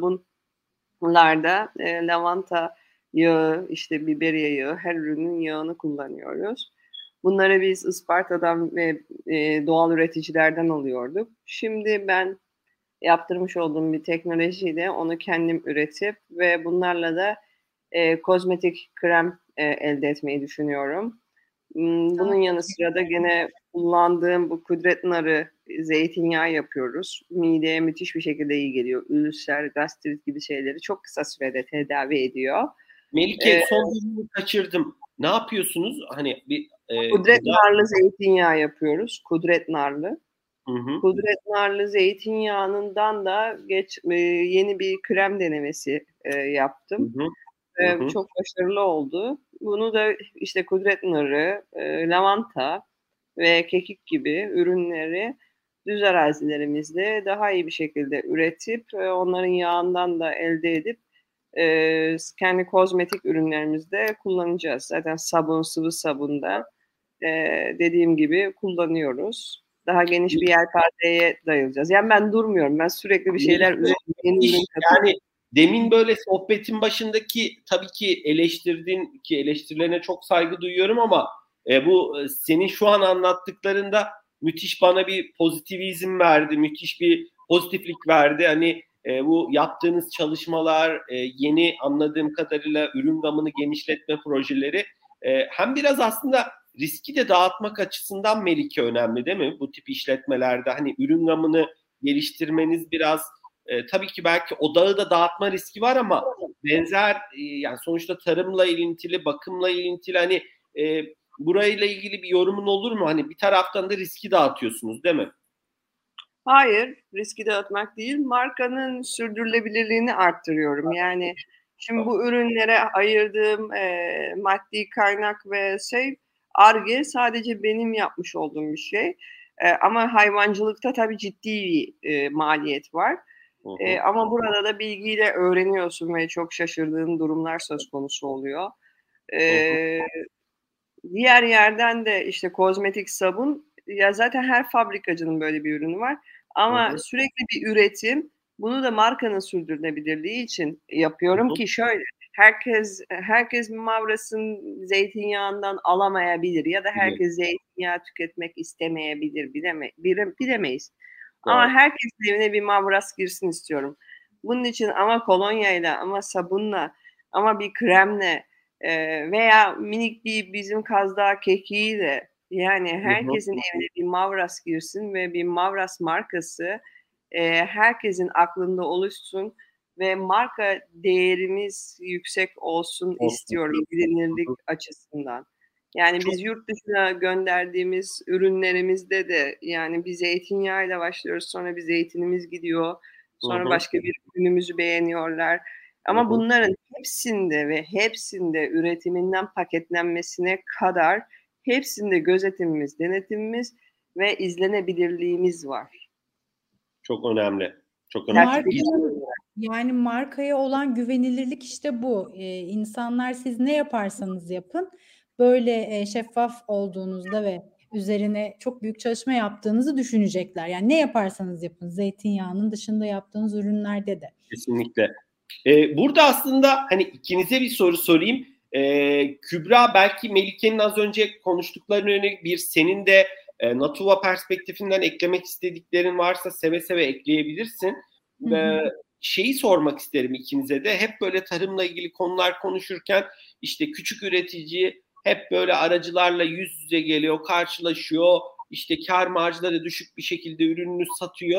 sabunlarda lavanta yağı, işte biberiye yağı, her ürünün yağını kullanıyoruz. Bunları biz Isparta'dan ve doğal üreticilerden alıyorduk. Şimdi ben yaptırmış olduğum bir teknolojiyle onu kendim üretip ve bunlarla da kozmetik krem elde etmeyi düşünüyorum. Bunun yanı sıra da gene kullandığım bu kudret narı zeytinyağı yapıyoruz. Mideye müthiş bir şekilde iyi geliyor. Ülser, gastrit gibi şeyleri çok kısa sürede tedavi ediyor. Melike, son bölümü kaçırdım. Ne yapıyorsunuz? Hani bir kudret narlı zeytinyağı yapıyoruz. Kudret narlı. Hı. Kudret narlı zeytinyağından da yeni bir krem denemesi yaptım. Hı. Çok başarılı oldu. Bunu da işte kudret narı, lavanta ve kekik gibi ürünleri düz arazilerimizde daha iyi bir şekilde üretip onların yağından da elde edip kendi kozmetik ürünlerimizde kullanacağız. Zaten sabun, sıvı sabunda dediğim gibi kullanıyoruz. Daha geniş bir yelpazeye dayılacağız. Yani ben durmuyorum. Ben sürekli bir şeyler üretiyorum. Yani demin böyle sohbetin başındaki tabii ki eleştirdiğin ki eleştirilerine çok saygı duyuyorum ama bu senin şu an anlattıklarında müthiş bana bir pozitivizm verdi, müthiş bir pozitiflik verdi. Hani bu yaptığınız çalışmalar, yeni anladığım kadarıyla ürün gamını genişletme projeleri hem biraz aslında riski de dağıtmak açısından Melike önemli değil mi? Bu tip işletmelerde hani ürün gamını geliştirmeniz biraz tabii ki belki odağı da dağıtma riski var ama benzer yani sonuçta tarımla ilintili, bakımla ilintili hani burayla ilgili bir yorumun olur mu? Hani bir taraftan da riski dağıtıyorsunuz değil mi? Hayır, riski dağıtmak değil, markanın sürdürülebilirliğini arttırıyorum. Yani şimdi bu ürünlere ayırdığım maddi kaynak ve Ar-Ge sadece benim yapmış olduğum bir şey. Ama hayvancılıkta tabii ciddi bir maliyet var. Ama burada da bilgiyle öğreniyorsun ve çok şaşırdığın durumlar söz konusu oluyor. Diğer yerden de işte kozmetik sabun, ya zaten her fabrikacının böyle bir ürünü var. Ama sürekli bir üretim, bunu da markanın sürdürülebilirliği için yapıyorum ki şöyle, herkes Mavras'ın zeytinyağından alamayabilir ya da herkes zeytinyağı tüketmek istemeyebilir, bilemeyiz. Ama herkesin evine bir Mavras girsin istiyorum. Bunun için ama kolonyayla, ama sabunla, ama bir kremle veya minik bir bizim Kaz Dağı kekiğiyle, yani herkesin evine bir Mavras girsin ve bir Mavras markası herkesin aklında oluşsun ve marka değerimiz yüksek olsun istiyorum bilinirlik açısından. Yani biz yurt dışına gönderdiğimiz ürünlerimizde de yani bir zeytinyağıyla başlıyoruz, sonra bir zeytinimiz gidiyor, sonra başka bir ürünümüzü beğeniyorlar. Ama bunların hepsinde üretiminden paketlenmesine kadar hepsinde gözetimimiz, denetimimiz ve izlenebilirliğimiz var. Çok önemli. Çok önemli. Yani markaya olan güvenilirlik işte bu. İnsanlar siz ne yaparsanız yapın böyle şeffaf olduğunuzda ve üzerine çok büyük çalışma yaptığınızı düşünecekler. Yani ne yaparsanız yapın, zeytinyağının dışında yaptığınız ürünlerde de. Kesinlikle. Burada aslında hani ikinize bir soru sorayım. Kübra, belki Melike'nin az önce konuştuklarına yönelik bir senin de Natuva perspektifinden eklemek istediklerin varsa seve seve ekleyebilirsin. Şeyi sormak isterim ikinize de. Hep böyle tarımla ilgili konular konuşurken işte küçük üretici hep böyle aracılarla yüz yüze geliyor, karşılaşıyor. İşte kar marjları düşük bir şekilde ürününü satıyor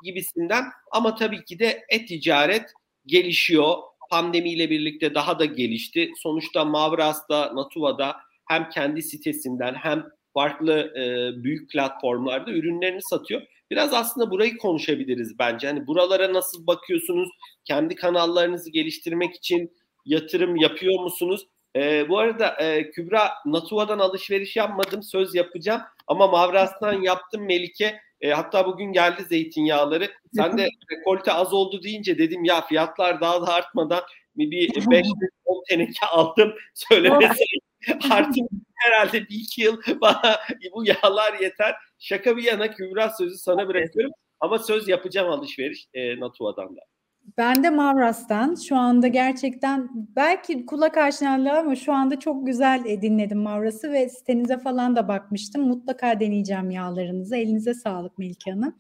gibisinden. Ama tabii ki de e-ticaret gelişiyor. Pandemiyle birlikte daha da gelişti. Sonuçta Mavras'ta, Natuva'da hem kendi sitesinden hem farklı büyük platformlarda ürünlerini satıyor. Biraz aslında burayı konuşabiliriz bence. Hani buralara nasıl bakıyorsunuz? Kendi kanallarınızı geliştirmek için yatırım yapıyor musunuz? Bu arada Kübra, Natuva'dan alışveriş yapmadım, söz yapacağım. Ama Mavras'tan yaptım Melike. Hatta bugün geldi zeytinyağları. Sen de rekolte az oldu deyince dedim ya fiyatlar daha da artmadan bir 5-10 teneke aldım. Söylemeseydim artık herhalde bir iki yıl bana bu yağlar yeter. Şaka bir yana Kübra, sözü sana bırakıyorum. Ama söz yapacağım alışveriş Natuva'dan da. Ben de Mavras'tan şu anda gerçekten belki kulak aşinalığı ama şu anda çok güzel dinledim Mavras'ı ve sitenize falan da bakmıştım. Mutlaka deneyeceğim yağlarınızı. Elinize sağlık Melike Hanım.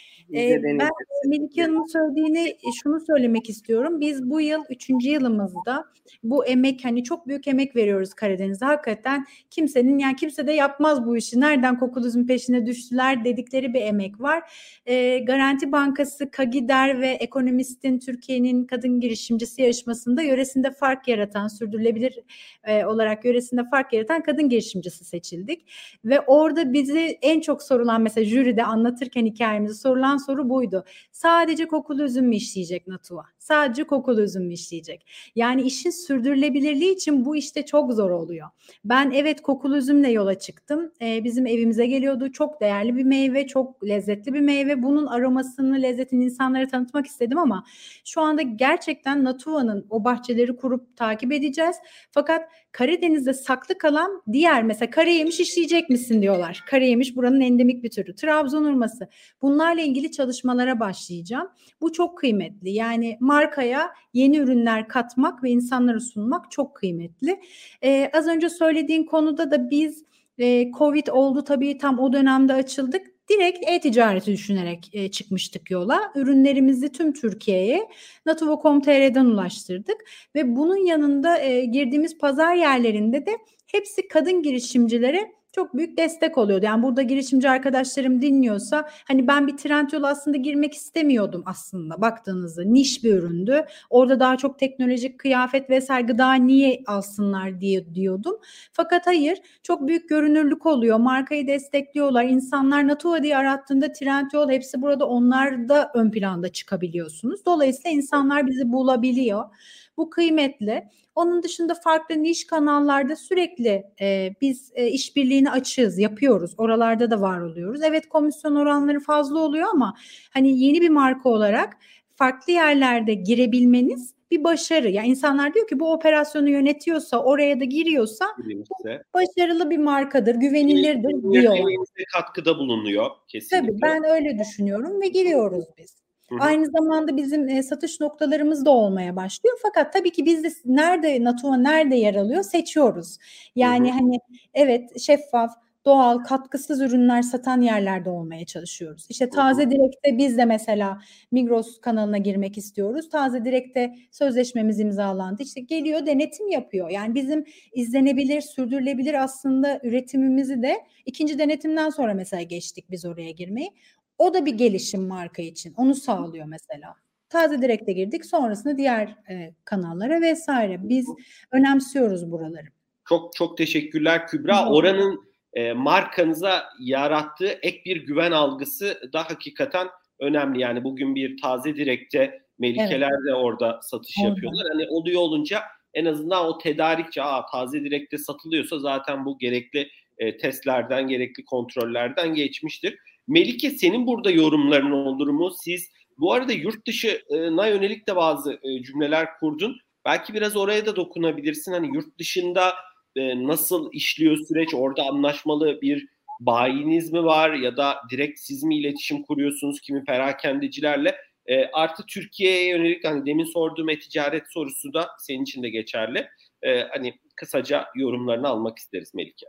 Ben Melike Hanım'ın söylediğini şunu söylemek istiyorum. Biz bu yıl 3. yılımızda bu emek, hani çok büyük emek veriyoruz Karadeniz'e. Hakikaten kimse de yapmaz bu işi. Nereden Kokuluz'un peşine düştüler dedikleri bir emek var. Garanti Bankası, Kagider ve Ekonomist'in Türkiye'nin kadın girişimcisi yarışmasında yöresinde fark yaratan, sürdürülebilir olarak yöresinde fark yaratan kadın girişimcisi seçildik. Ve orada bizi en çok sorulan, mesela jüride anlatırken hikayemizi sorulan soru buydu. Sadece kokulu üzüm mü işleyecek Natuva? Sadece kokulu üzüm mü işleyecek? Yani işin sürdürülebilirliği için bu işte çok zor oluyor. Ben evet kokulu üzümle yola çıktım. Bizim evimize geliyordu. Çok değerli bir meyve, çok lezzetli bir meyve. Bunun aromasını, lezzetini insanlara tanıtmak istedim ama şu anda gerçekten Natuva'nın o bahçeleri kurup takip edeceğiz. Fakat Karadeniz'de saklı kalan diğer, mesela karayemiş işleyecek misin diyorlar. Karayemiş buranın endemik bir türü. Trabzon hurması. Bunlarla ilgili çalışmalara başlayacağım. Bu çok kıymetli. Yani markaya yeni ürünler katmak ve insanlara sunmak çok kıymetli. Az önce söylediğin konuda da biz Covid oldu tabii, tam o dönemde açıldık. Direkt e-ticareti düşünerek çıkmıştık yola. Ürünlerimizi tüm Türkiye'ye natuva.com.tr'den ulaştırdık ve bunun yanında girdiğimiz pazar yerlerinde de hepsi kadın girişimcilere çok büyük destek oluyordu. Yani burada girişimci arkadaşlarım dinliyorsa, hani ben bir Trendyol aslında girmek istemiyordum aslında, baktığınızda niş bir üründü. Orada daha çok teknolojik, kıyafet vesaire, gıda niye alsınlar diye diyordum. Fakat hayır, çok büyük görünürlük oluyor. Markayı destekliyorlar. İnsanlar Natuva diye arattığında Trendyol, hepsi burada, onlar da ön planda çıkabiliyorsunuz. Dolayısıyla insanlar bizi bulabiliyor. Bu kıymetli. Onun dışında farklı niş kanallarda sürekli biz işbirliğini açığız, yapıyoruz. Oralarda da var oluyoruz. Evet, komisyon oranları fazla oluyor ama hani yeni bir marka olarak farklı yerlerde girebilmeniz bir başarı. Yani insanlar diyor ki bu operasyonu yönetiyorsa, oraya da giriyorsa başarılı bir markadır, güvenilirdir diyorlar. Katkıda bulunuyor kesinlikle. Tabii ben öyle düşünüyorum ve giriyoruz biz. Aynı zamanda bizim satış noktalarımız da olmaya başlıyor. Fakat tabii ki biz de Natuva nerede yer alıyor seçiyoruz. Yani hani evet, şeffaf, doğal, katkısız ürünler satan yerlerde olmaya çalışıyoruz. İşte Taze Direkt'te biz de mesela Migros kanalına girmek istiyoruz. Taze Direkt'te sözleşmemiz imzalandı. İşte geliyor, denetim yapıyor. Yani bizim izlenebilir, sürdürülebilir aslında üretimimizi de ikinci denetimden sonra mesela geçtik biz oraya girmeyi. O da bir gelişim marka için. Onu sağlıyor mesela. Taze Direkt'e girdik. Sonrasında diğer kanallara vesaire. Biz önemsiyoruz buraları. Çok çok teşekkürler Kübra. Oranın markanıza yarattığı ek bir güven algısı da hakikaten önemli. Yani bugün bir Taze Direkt'te Melikeler de orada satış yapıyorlar. Hani oluyor olunca en azından o tedarikçi Taze Direkt'te satılıyorsa zaten bu gerekli testlerden, gerekli kontrollerden geçmiştir. Melike, senin burada yorumların olur mu? Siz bu arada yurt dışına yönelik de bazı cümleler kurdun. Belki biraz oraya da dokunabilirsin. Hani yurt dışında nasıl işliyor süreç? Orada anlaşmalı bir bayiniz mi var ya da direkt siz mi iletişim kuruyorsunuz kimi perakendecilerle? Artı Türkiye'ye yönelik, hani demin sorduğum e-ticaret sorusu da senin için de geçerli. Hani kısaca yorumlarını almak isteriz Melike.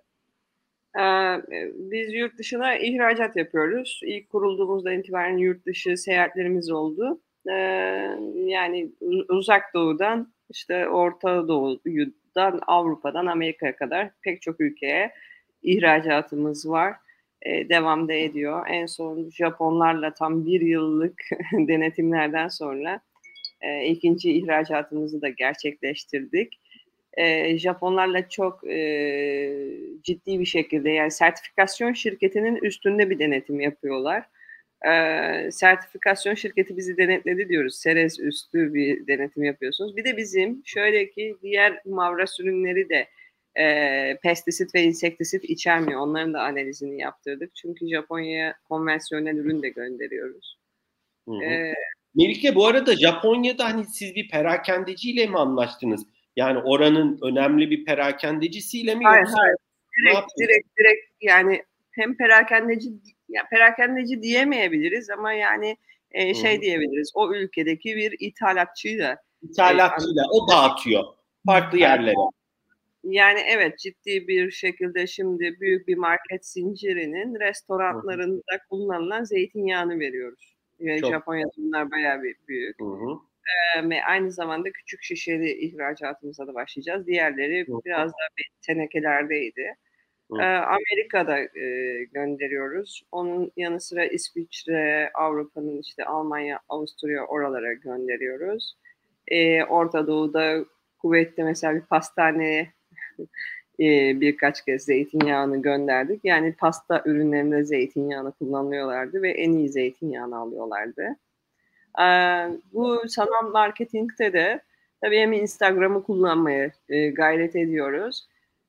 Biz yurt dışına ihracat yapıyoruz. İlk kurulduğumuzda itibaren yurt dışı seyahatlerimiz oldu. Yani Uzak Doğu'dan işte Orta Doğu'dan Avrupa'dan Amerika'ya kadar pek çok ülkeye ihracatımız var. devam da ediyor. En son Japonlarla tam 1 yıllık denetimlerden sonra ikinci ihracatımızı da gerçekleştirdik. Japonlarla çok ciddi bir şekilde, yani sertifikasyon şirketinin üstünde bir denetim yapıyorlar. Sertifikasyon şirketi bizi denetledi diyoruz. Seres üstü bir denetim yapıyorsunuz. Bir de bizim şöyle ki diğer Mavras ürünleri de pestisit ve insektisit içermiyor. Onların da analizini yaptırdık. Çünkü Japonya'ya konvansiyonel ürün de gönderiyoruz. Melike, bu arada Japonya'da hani siz bir perakendeciyle mi anlaştınız? Yani oranın önemli bir perakendecisiyle mi yoksa? Hayır. Direkt yani hem perakendeci diyemeyebiliriz ama yani şey diyebiliriz. O ülkedeki bir ithalatçıyla. O dağıtıyor farklı yerlere. Yani evet, ciddi bir şekilde şimdi büyük bir market zincirinin restoranlarında kullanılan zeytinyağını veriyoruz. Yani Japonya'da bunlar bayağı büyük. Ve aynı zamanda küçük şişeli ihracatımıza da başlayacağız. Diğerleri biraz daha tenekelerdeydi. Amerika'da gönderiyoruz. Onun yanı sıra İsviçre, Avrupa'nın işte Almanya, Avusturya, oralara gönderiyoruz. Orta Doğu'da, Kuveyt'te mesela bir pastaneye birkaç kez zeytinyağını gönderdik. Yani pasta ürünlerinde zeytinyağını kullanıyorlardı ve en iyi zeytinyağını alıyorlardı. Bu sanal marketingte de tabii hem Instagram'ı kullanmaya gayret ediyoruz.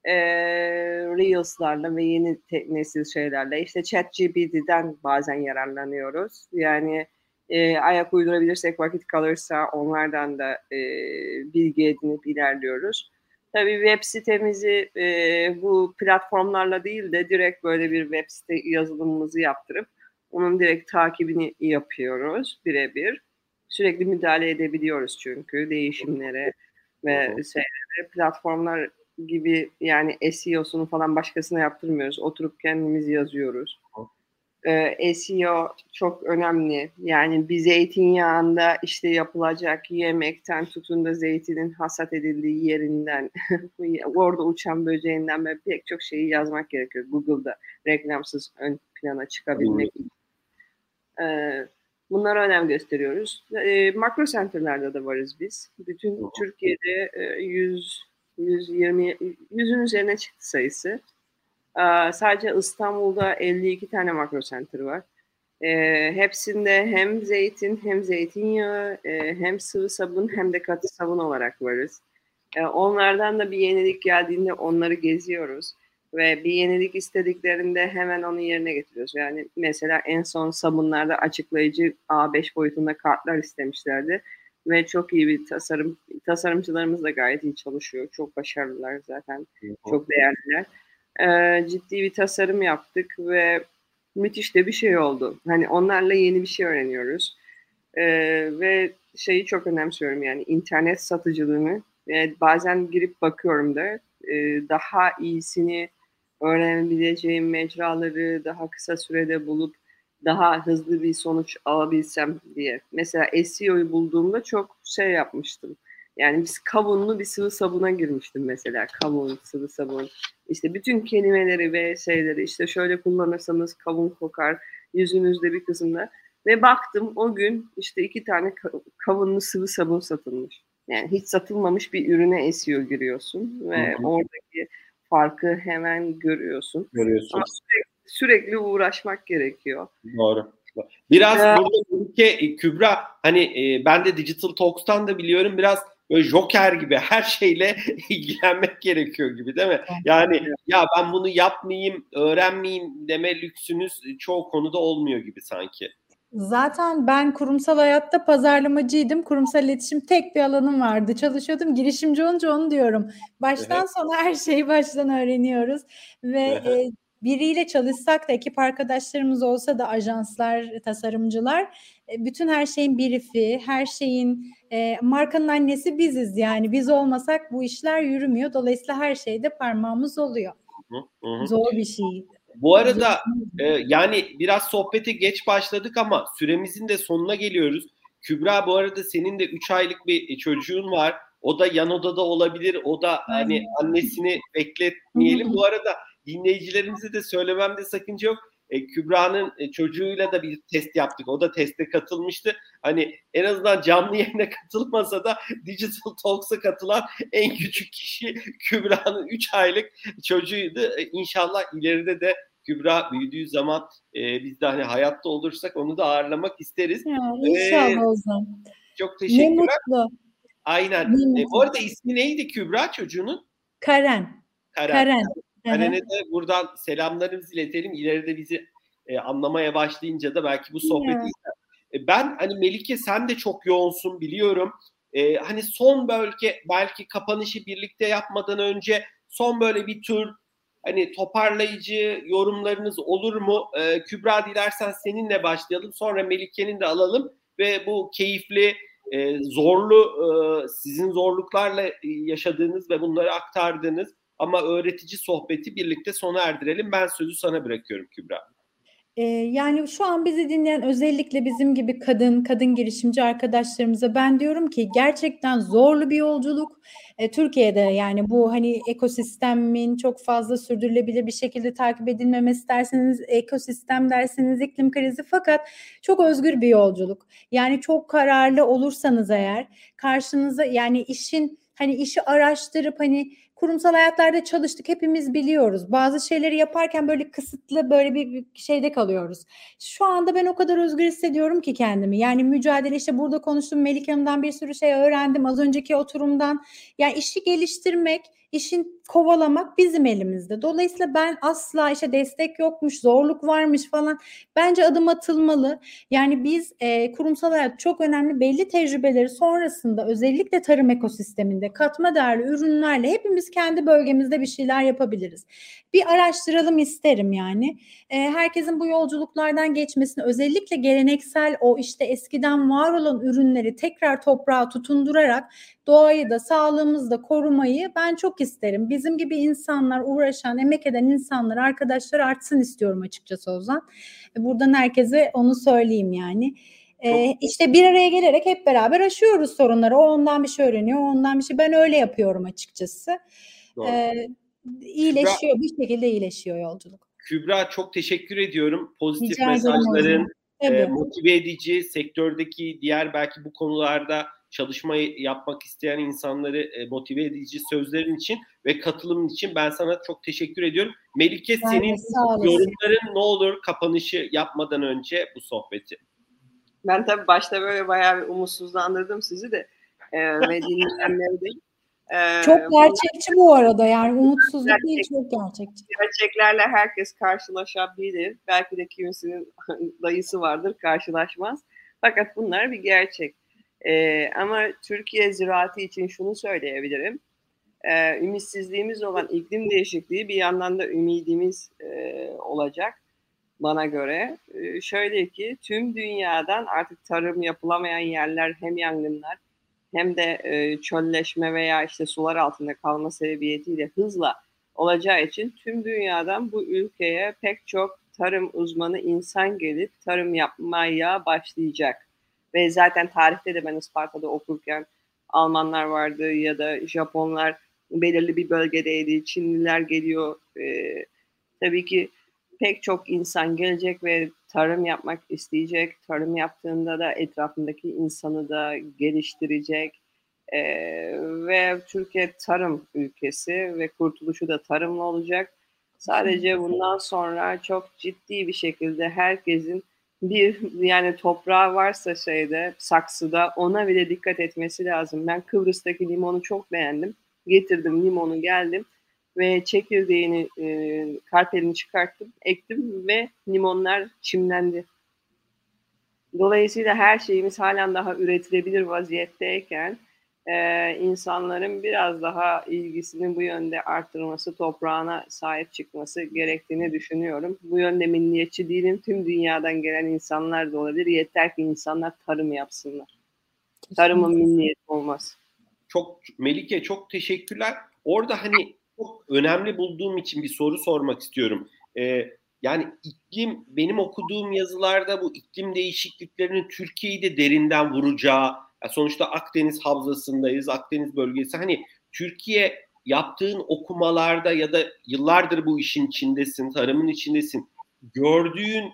Reels'larla ve yeni nesil şeylerle, işte ChatGPT'den bazen yararlanıyoruz. Yani ayak uydurabilirsek, vakit kalırsa onlardan da bilgi edinip ilerliyoruz. Tabii web sitemizi bu platformlarla değil de direkt böyle bir web site yazılımımızı yaptırıp onun direkt takibini yapıyoruz birebir. Sürekli müdahale edebiliyoruz çünkü değişimlere ve şeylere. Platformlar gibi yani SEO'sunu falan başkasına yaptırmıyoruz. Oturup kendimiz yazıyoruz. SEO çok önemli. Yani bir zeytinyağında işte yapılacak yemekten tutun da zeytinin hasat edildiği yerinden, orada uçan böceğinden ve pek çok şeyi yazmak gerekiyor. Google'da reklamsız ön plana çıkabilmek için. Bunlara önem gösteriyoruz. Makro center'larda da varız biz. Bütün Türkiye'de 100'ün üzerine çıktı sayısı. Sadece İstanbul'da 52 tane makro center var. Hepsinde hem zeytin hem zeytinyağı hem sıvı sabun hem de katı sabun olarak varız. Onlardan da bir yenilik geldiğinde onları geziyoruz. Ve bir yenilik istediklerinde hemen onu yerine getiriyoruz. Yani mesela en son sabunlarda açıklayıcı A5 boyutunda kartlar istemişlerdi. Ve çok iyi bir tasarımcılarımız da gayet iyi çalışıyor. Çok başarılılar zaten. Çok değerliler. Ciddi bir tasarım yaptık ve müthiş de bir şey oldu. Hani onlarla yeni bir şey öğreniyoruz. Ve şeyi çok önemsiyorum, yani internet satıcılığını. Bazen girip bakıyorum da daha iyisini öğrenebileceğim mecraları daha kısa sürede bulup daha hızlı bir sonuç alabilsem diye. Mesela SEO'yu bulduğumda çok şey yapmıştım. Yani biz kavunlu bir sıvı sabuna girmiştim mesela. Kavun, sıvı sabun. İşte bütün kelimeleri ve şeyleri işte şöyle kullanırsanız kavun kokar yüzünüzde bir kısımda. Ve baktım o gün işte 2 tane kavunlu sıvı sabun satılmış. Yani hiç satılmamış bir ürüne SEO giriyorsun ve oradaki farkı hemen görüyorsun. Ama sürekli uğraşmak gerekiyor. Doğru. Biraz burada Kübra, hani ben de Digital Talks'tan da biliyorum, biraz böyle joker gibi her şeyle ilgilenmek gerekiyor gibi, değil mi? Yani ya ben bunu yapmayayım, öğrenmeyeyim deme lüksünüz çoğu konuda olmuyor gibi sanki. Zaten ben kurumsal hayatta pazarlamacıydım. Kurumsal iletişim tek bir alanım vardı. Çalışıyordum. Girişimci olunca onu diyorum. Baştan sona her şeyi baştan öğreniyoruz. Ve biriyle çalışsak da, ekip arkadaşlarımız olsa da, ajanslar, tasarımcılar, bütün her şeyin brief'i, her şeyin markanın annesi biziz yani. Biz olmasak bu işler yürümüyor. Dolayısıyla her şeyde parmağımız oluyor. Zor bir şey. Bu arada yani biraz sohbete geç başladık ama süremizin de sonuna geliyoruz. Kübra, bu arada senin de 3 aylık bir çocuğun var. O da yan odada olabilir. O da hani annesini bekletmeyelim. Bu arada dinleyicilerimize de söylememde sakınca yok. Kübra'nın çocuğuyla da bir test yaptık. O da teste katılmıştı. Hani en azından canlı yayına katılmasa da Digital Talks'a katılan en küçük kişi Kübra'nın 3 aylık çocuğuydu. İnşallah ileride de Kübra büyüdüğü zaman biz de hani hayatta olursak onu da ağırlamak isteriz. Ya, inşallah o zaman. Çok teşekkürler. Ne mutlu. Aynen. Bu arada ismi neydi Kübra çocuğunun? Karen. Karen'e de buradan selamlarımızı iletelim. İleride bizi anlamaya başlayınca da belki bu sohbeti ben hani Melike sen de çok yoğunsun biliyorum. Hani son belki kapanışı birlikte yapmadan önce son böyle bir tur hani toparlayıcı yorumlarınız olur mu? Kübra dilersen seninle başlayalım. Sonra Melike'nin de alalım ve bu keyifli zorlu sizin zorluklarla yaşadığınız ve bunları aktardığınız ama öğretici sohbeti birlikte sona erdirelim. Ben sözü sana bırakıyorum Kübra. Yani şu an bizi dinleyen özellikle bizim gibi kadın girişimci arkadaşlarımıza ben diyorum ki gerçekten zorlu bir yolculuk. Türkiye'de yani bu hani ekosistemin çok fazla sürdürülebilir bir şekilde takip edilmemesi derseniz, ekosistem derseniz, iklim krizi, fakat çok özgür bir yolculuk. Yani çok kararlı olursanız eğer karşınıza yani işi araştırıp hani kurumsal hayatlarda çalıştık, hepimiz biliyoruz. Bazı şeyleri yaparken böyle kısıtlı böyle bir şeyde kalıyoruz. Şu anda ben o kadar özgür hissediyorum ki kendimi. Yani mücadele, işte burada konuştum, Melike Hanım'dan bir sürü şey öğrendim az önceki oturumdan. Yani işi geliştirmek, işin kovalamak bizim elimizde. Dolayısıyla ben asla işte destek yokmuş, zorluk varmış falan. Bence adım atılmalı. Yani biz kurumsal hayat çok önemli, belli tecrübeleri sonrasında özellikle tarım ekosisteminde katma değerli ürünlerle hepimiz kendi bölgemizde bir şeyler yapabiliriz. Bir araştıralım isterim yani. Herkesin bu yolculuklardan geçmesini, özellikle geleneksel o işte eskiden var olan ürünleri tekrar toprağa tutundurarak doğayı da sağlığımızı da korumayı ben çok isterim. Bizim gibi insanlar, uğraşan, emek eden insanlar, arkadaşlar artsın istiyorum açıkçası Ozan. Buradan herkese onu söyleyeyim yani. İşte bir araya gelerek hep beraber aşıyoruz sorunları. O ondan bir şey öğreniyor, o ondan bir şey. Ben öyle yapıyorum açıkçası. İyileşiyor, bir şekilde iyileşiyor yolculuk. Kübra çok teşekkür ediyorum. Pozitif mesajların, motive edici, sektördeki diğer belki bu konularda çalışmayı yapmak isteyen insanları motive edici sözlerin için ve katılımın için ben sana çok teşekkür ediyorum. Melike, senin yorumların ne olur kapanışı yapmadan önce bu sohbeti? Ben tabii başta böyle bayağı bir umutsuzlandırdım sizi de ve dinleyenleri de. Çok gerçekçi bu arada, yani umutsuzluk değil, çok gerçekçi. Gerçeklerle herkes karşılaşabilir. Belki de kimisinin dayısı vardır, karşılaşmaz. Fakat bunlar bir gerçek. Ama Türkiye ziraati için şunu söyleyebilirim. Ümitsizliğimiz olan iklim değişikliği bir yandan da ümidimiz olacak bana göre. Şöyle ki tüm dünyadan artık tarım yapılamayan yerler, hem yangınlar hem de çölleşme veya işte sular altında kalma sebebiyetiyle hızla olacağı için tüm dünyadan bu ülkeye pek çok tarım uzmanı insan gelip tarım yapmaya başlayacak. Ve zaten tarihte de ben Isparta'da okurken Almanlar vardı ya da Japonlar belirli bir bölgedeydi. Çinliler geliyor. Tabii ki pek çok insan gelecek ve tarım yapmak isteyecek. Tarım yaptığında da etrafındaki insanı da geliştirecek. Ve Türkiye tarım ülkesi ve kurtuluşu da tarımla olacak. Sadece bundan sonra çok ciddi bir şekilde herkesin yani toprağı varsa saksıda ona bile dikkat etmesi lazım. Ben Kıbrıs'taki limonu çok beğendim. Getirdim limonu, geldim ve çekirdeğini, karpelini çıkarttım, ektim ve limonlar çimlendi. Dolayısıyla her şeyimiz halen daha üretilebilir vaziyetteyken insanların biraz daha ilgisinin bu yönde arttırması, toprağına sahip çıkması gerektiğini düşünüyorum. Bu yönde milliyetçi değilim. Tüm dünyadan gelen insanlar da olabilir. Yeter ki insanlar tarım yapsınlar. Tarımın milliyeti olmaz. Melike, çok teşekkürler. Orada hani çok önemli bulduğum için bir soru sormak istiyorum. Yani iklim, benim okuduğum yazılarda bu iklim değişikliklerinin Türkiye'yi de derinden vuracağı, sonuçta Akdeniz havzasındayız, Akdeniz bölgesi. Hani Türkiye, yaptığın okumalarda ya da yıllardır bu işin içindesin, tarımın içindesin. gördüğün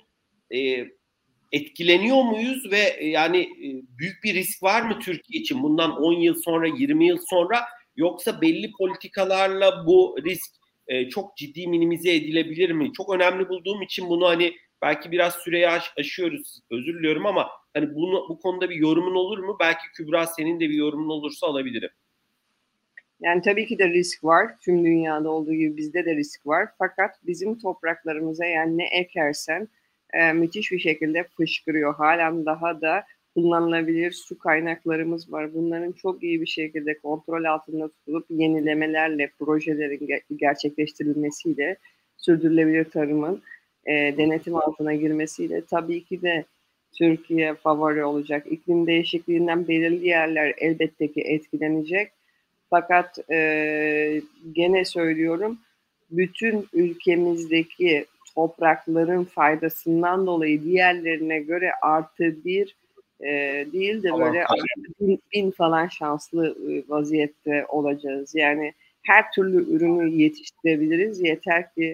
etkileniyor muyuz ve yani büyük bir risk var mı Türkiye için bundan 10 yıl sonra, 20 yıl sonra, yoksa belli politikalarla bu risk çok ciddi minimize edilebilir mi? Çok önemli bulduğum için bunu hani belki biraz süreyi aşıyoruz, özür diliyorum ama hani bu konuda bir yorumun olur mu? Belki Kübra senin de bir yorumun olursa alabilirim. Yani tabii ki de risk var. Tüm dünyada olduğu gibi bizde de risk var. Fakat bizim topraklarımıza yani ne ekersen müthiş bir şekilde fışkırıyor. Halen daha da kullanılabilir su kaynaklarımız var. Bunların çok iyi bir şekilde kontrol altında tutulup yenilemelerle, projelerin gerçekleştirilmesiyle, sürdürülebilir tarımın denetim altına girmesiyle tabii ki de Türkiye favori olacak. İklim değişikliğinden belirli yerler elbette ki etkilenecek. Fakat gene söylüyorum, bütün ülkemizdeki toprakların faydasından dolayı diğerlerine göre artı bir değil de böyle bin falan şanslı vaziyette olacağız. Yani her türlü ürünü yetiştirebiliriz. Yeter ki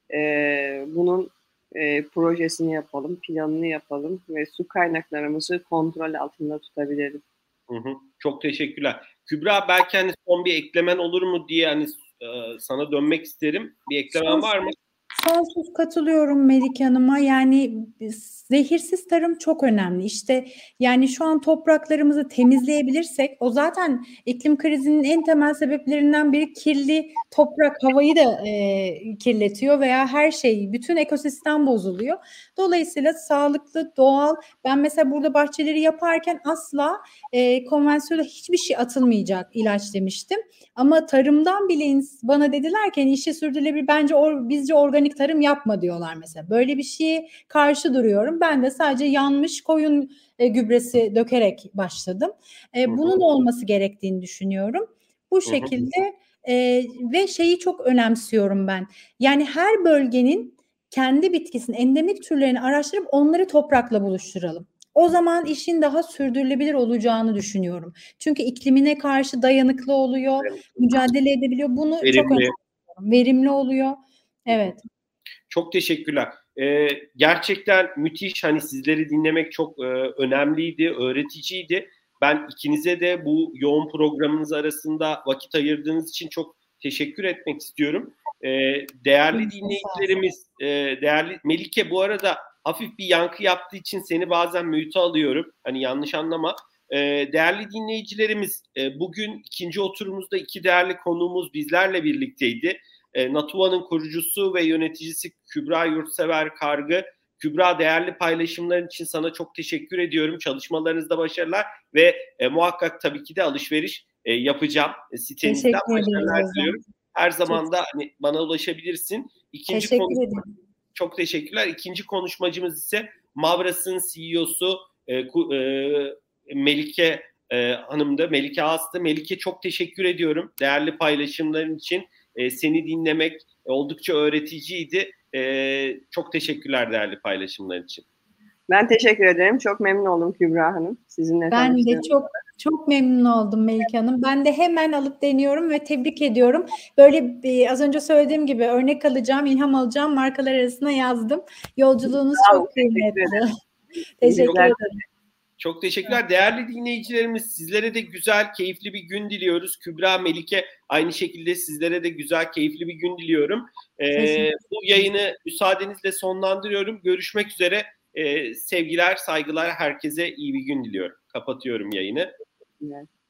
bunun projesini yapalım, planını yapalım ve su kaynaklarımızı kontrol altında tutabiliriz. Çok teşekkürler. Kübra, belki hani son bir eklemen olur mu diye hani sana dönmek isterim. Bir eklemen var mı? Sonsuz katılıyorum Melike Hanım'a. Yani zehirsiz tarım çok önemli. İşte yani şu an topraklarımızı temizleyebilirsek, o zaten iklim krizinin en temel sebeplerinden biri kirli toprak, havayı da kirletiyor veya her şey, bütün ekosistem bozuluyor. Dolayısıyla sağlıklı, doğal, ben mesela burada bahçeleri yaparken asla konvansiyonel hiçbir şey atılmayacak ilaç demiştim. Ama tarımdan bile bana dediler ki işi sürdürülebilir, bence bizce organik tarım yapma diyorlar mesela. Böyle bir şeye karşı duruyorum. Ben de sadece yanmış koyun gübresi dökerek başladım. Bunun olması gerektiğini düşünüyorum. Bu şekilde ve şeyi çok önemsiyorum ben. Yani her bölgenin kendi bitkisinin endemik türlerini araştırıp onları toprakla buluşturalım. O zaman işin daha sürdürülebilir olacağını düşünüyorum. Çünkü iklimine karşı dayanıklı oluyor, mücadele edebiliyor. Bunu çok önemsiyorum. Verimli oluyor. Evet. Çok teşekkürler. Gerçekten müthiş. Hani sizleri dinlemek çok önemliydi, öğreticiydi. Ben ikinize de bu yoğun programınız arasında vakit ayırdığınız için çok teşekkür etmek istiyorum. Değerli dinleyicilerimiz, değerli Melike, bu arada hafif bir yankı yaptığı için seni bazen mute'a alıyorum. Hani yanlış anlama. Değerli dinleyicilerimiz, bugün ikinci oturumumuzda iki değerli konuğumuz bizlerle birlikteydi. Natuva'nın kurucusu ve yöneticisi Kübra Yurtsever Kargı. Kübra, değerli paylaşımların için sana çok teşekkür ediyorum. Çalışmalarınızda başarılar ve muhakkak tabii ki de alışveriş yapacağım. Sitenizden başarılar diliyorum. Her zaman da hani bana ulaşabilirsin. Çok teşekkürler. İkinci konuşmacımız ise Mavras'ın CEO'su Melike Hanım'da, Melike Ağastı. Melike, çok teşekkür ediyorum değerli paylaşımların için. Seni dinlemek oldukça öğreticiydi. Çok teşekkürler değerli paylaşımlar için. Ben teşekkür ederim. Çok memnun oldum Kübra Hanım. Sizinle ben de çok memnun oldum Melike Hanım. Ben de hemen alıp deniyorum ve tebrik ediyorum. Böyle az önce söylediğim gibi örnek alacağım, ilham alacağım markalar arasına yazdım. Yolculuğunuz çok kıymetli. Teşekkür ederim. Çok teşekkürler. Değerli dinleyicilerimiz, sizlere de güzel, keyifli bir gün diliyoruz. Kübra, Melike, aynı şekilde sizlere de güzel, keyifli bir gün diliyorum. Bu yayını müsaadenizle sonlandırıyorum. Görüşmek üzere. Sevgiler, saygılar, herkese iyi bir gün diliyorum. Kapatıyorum yayını. Evet.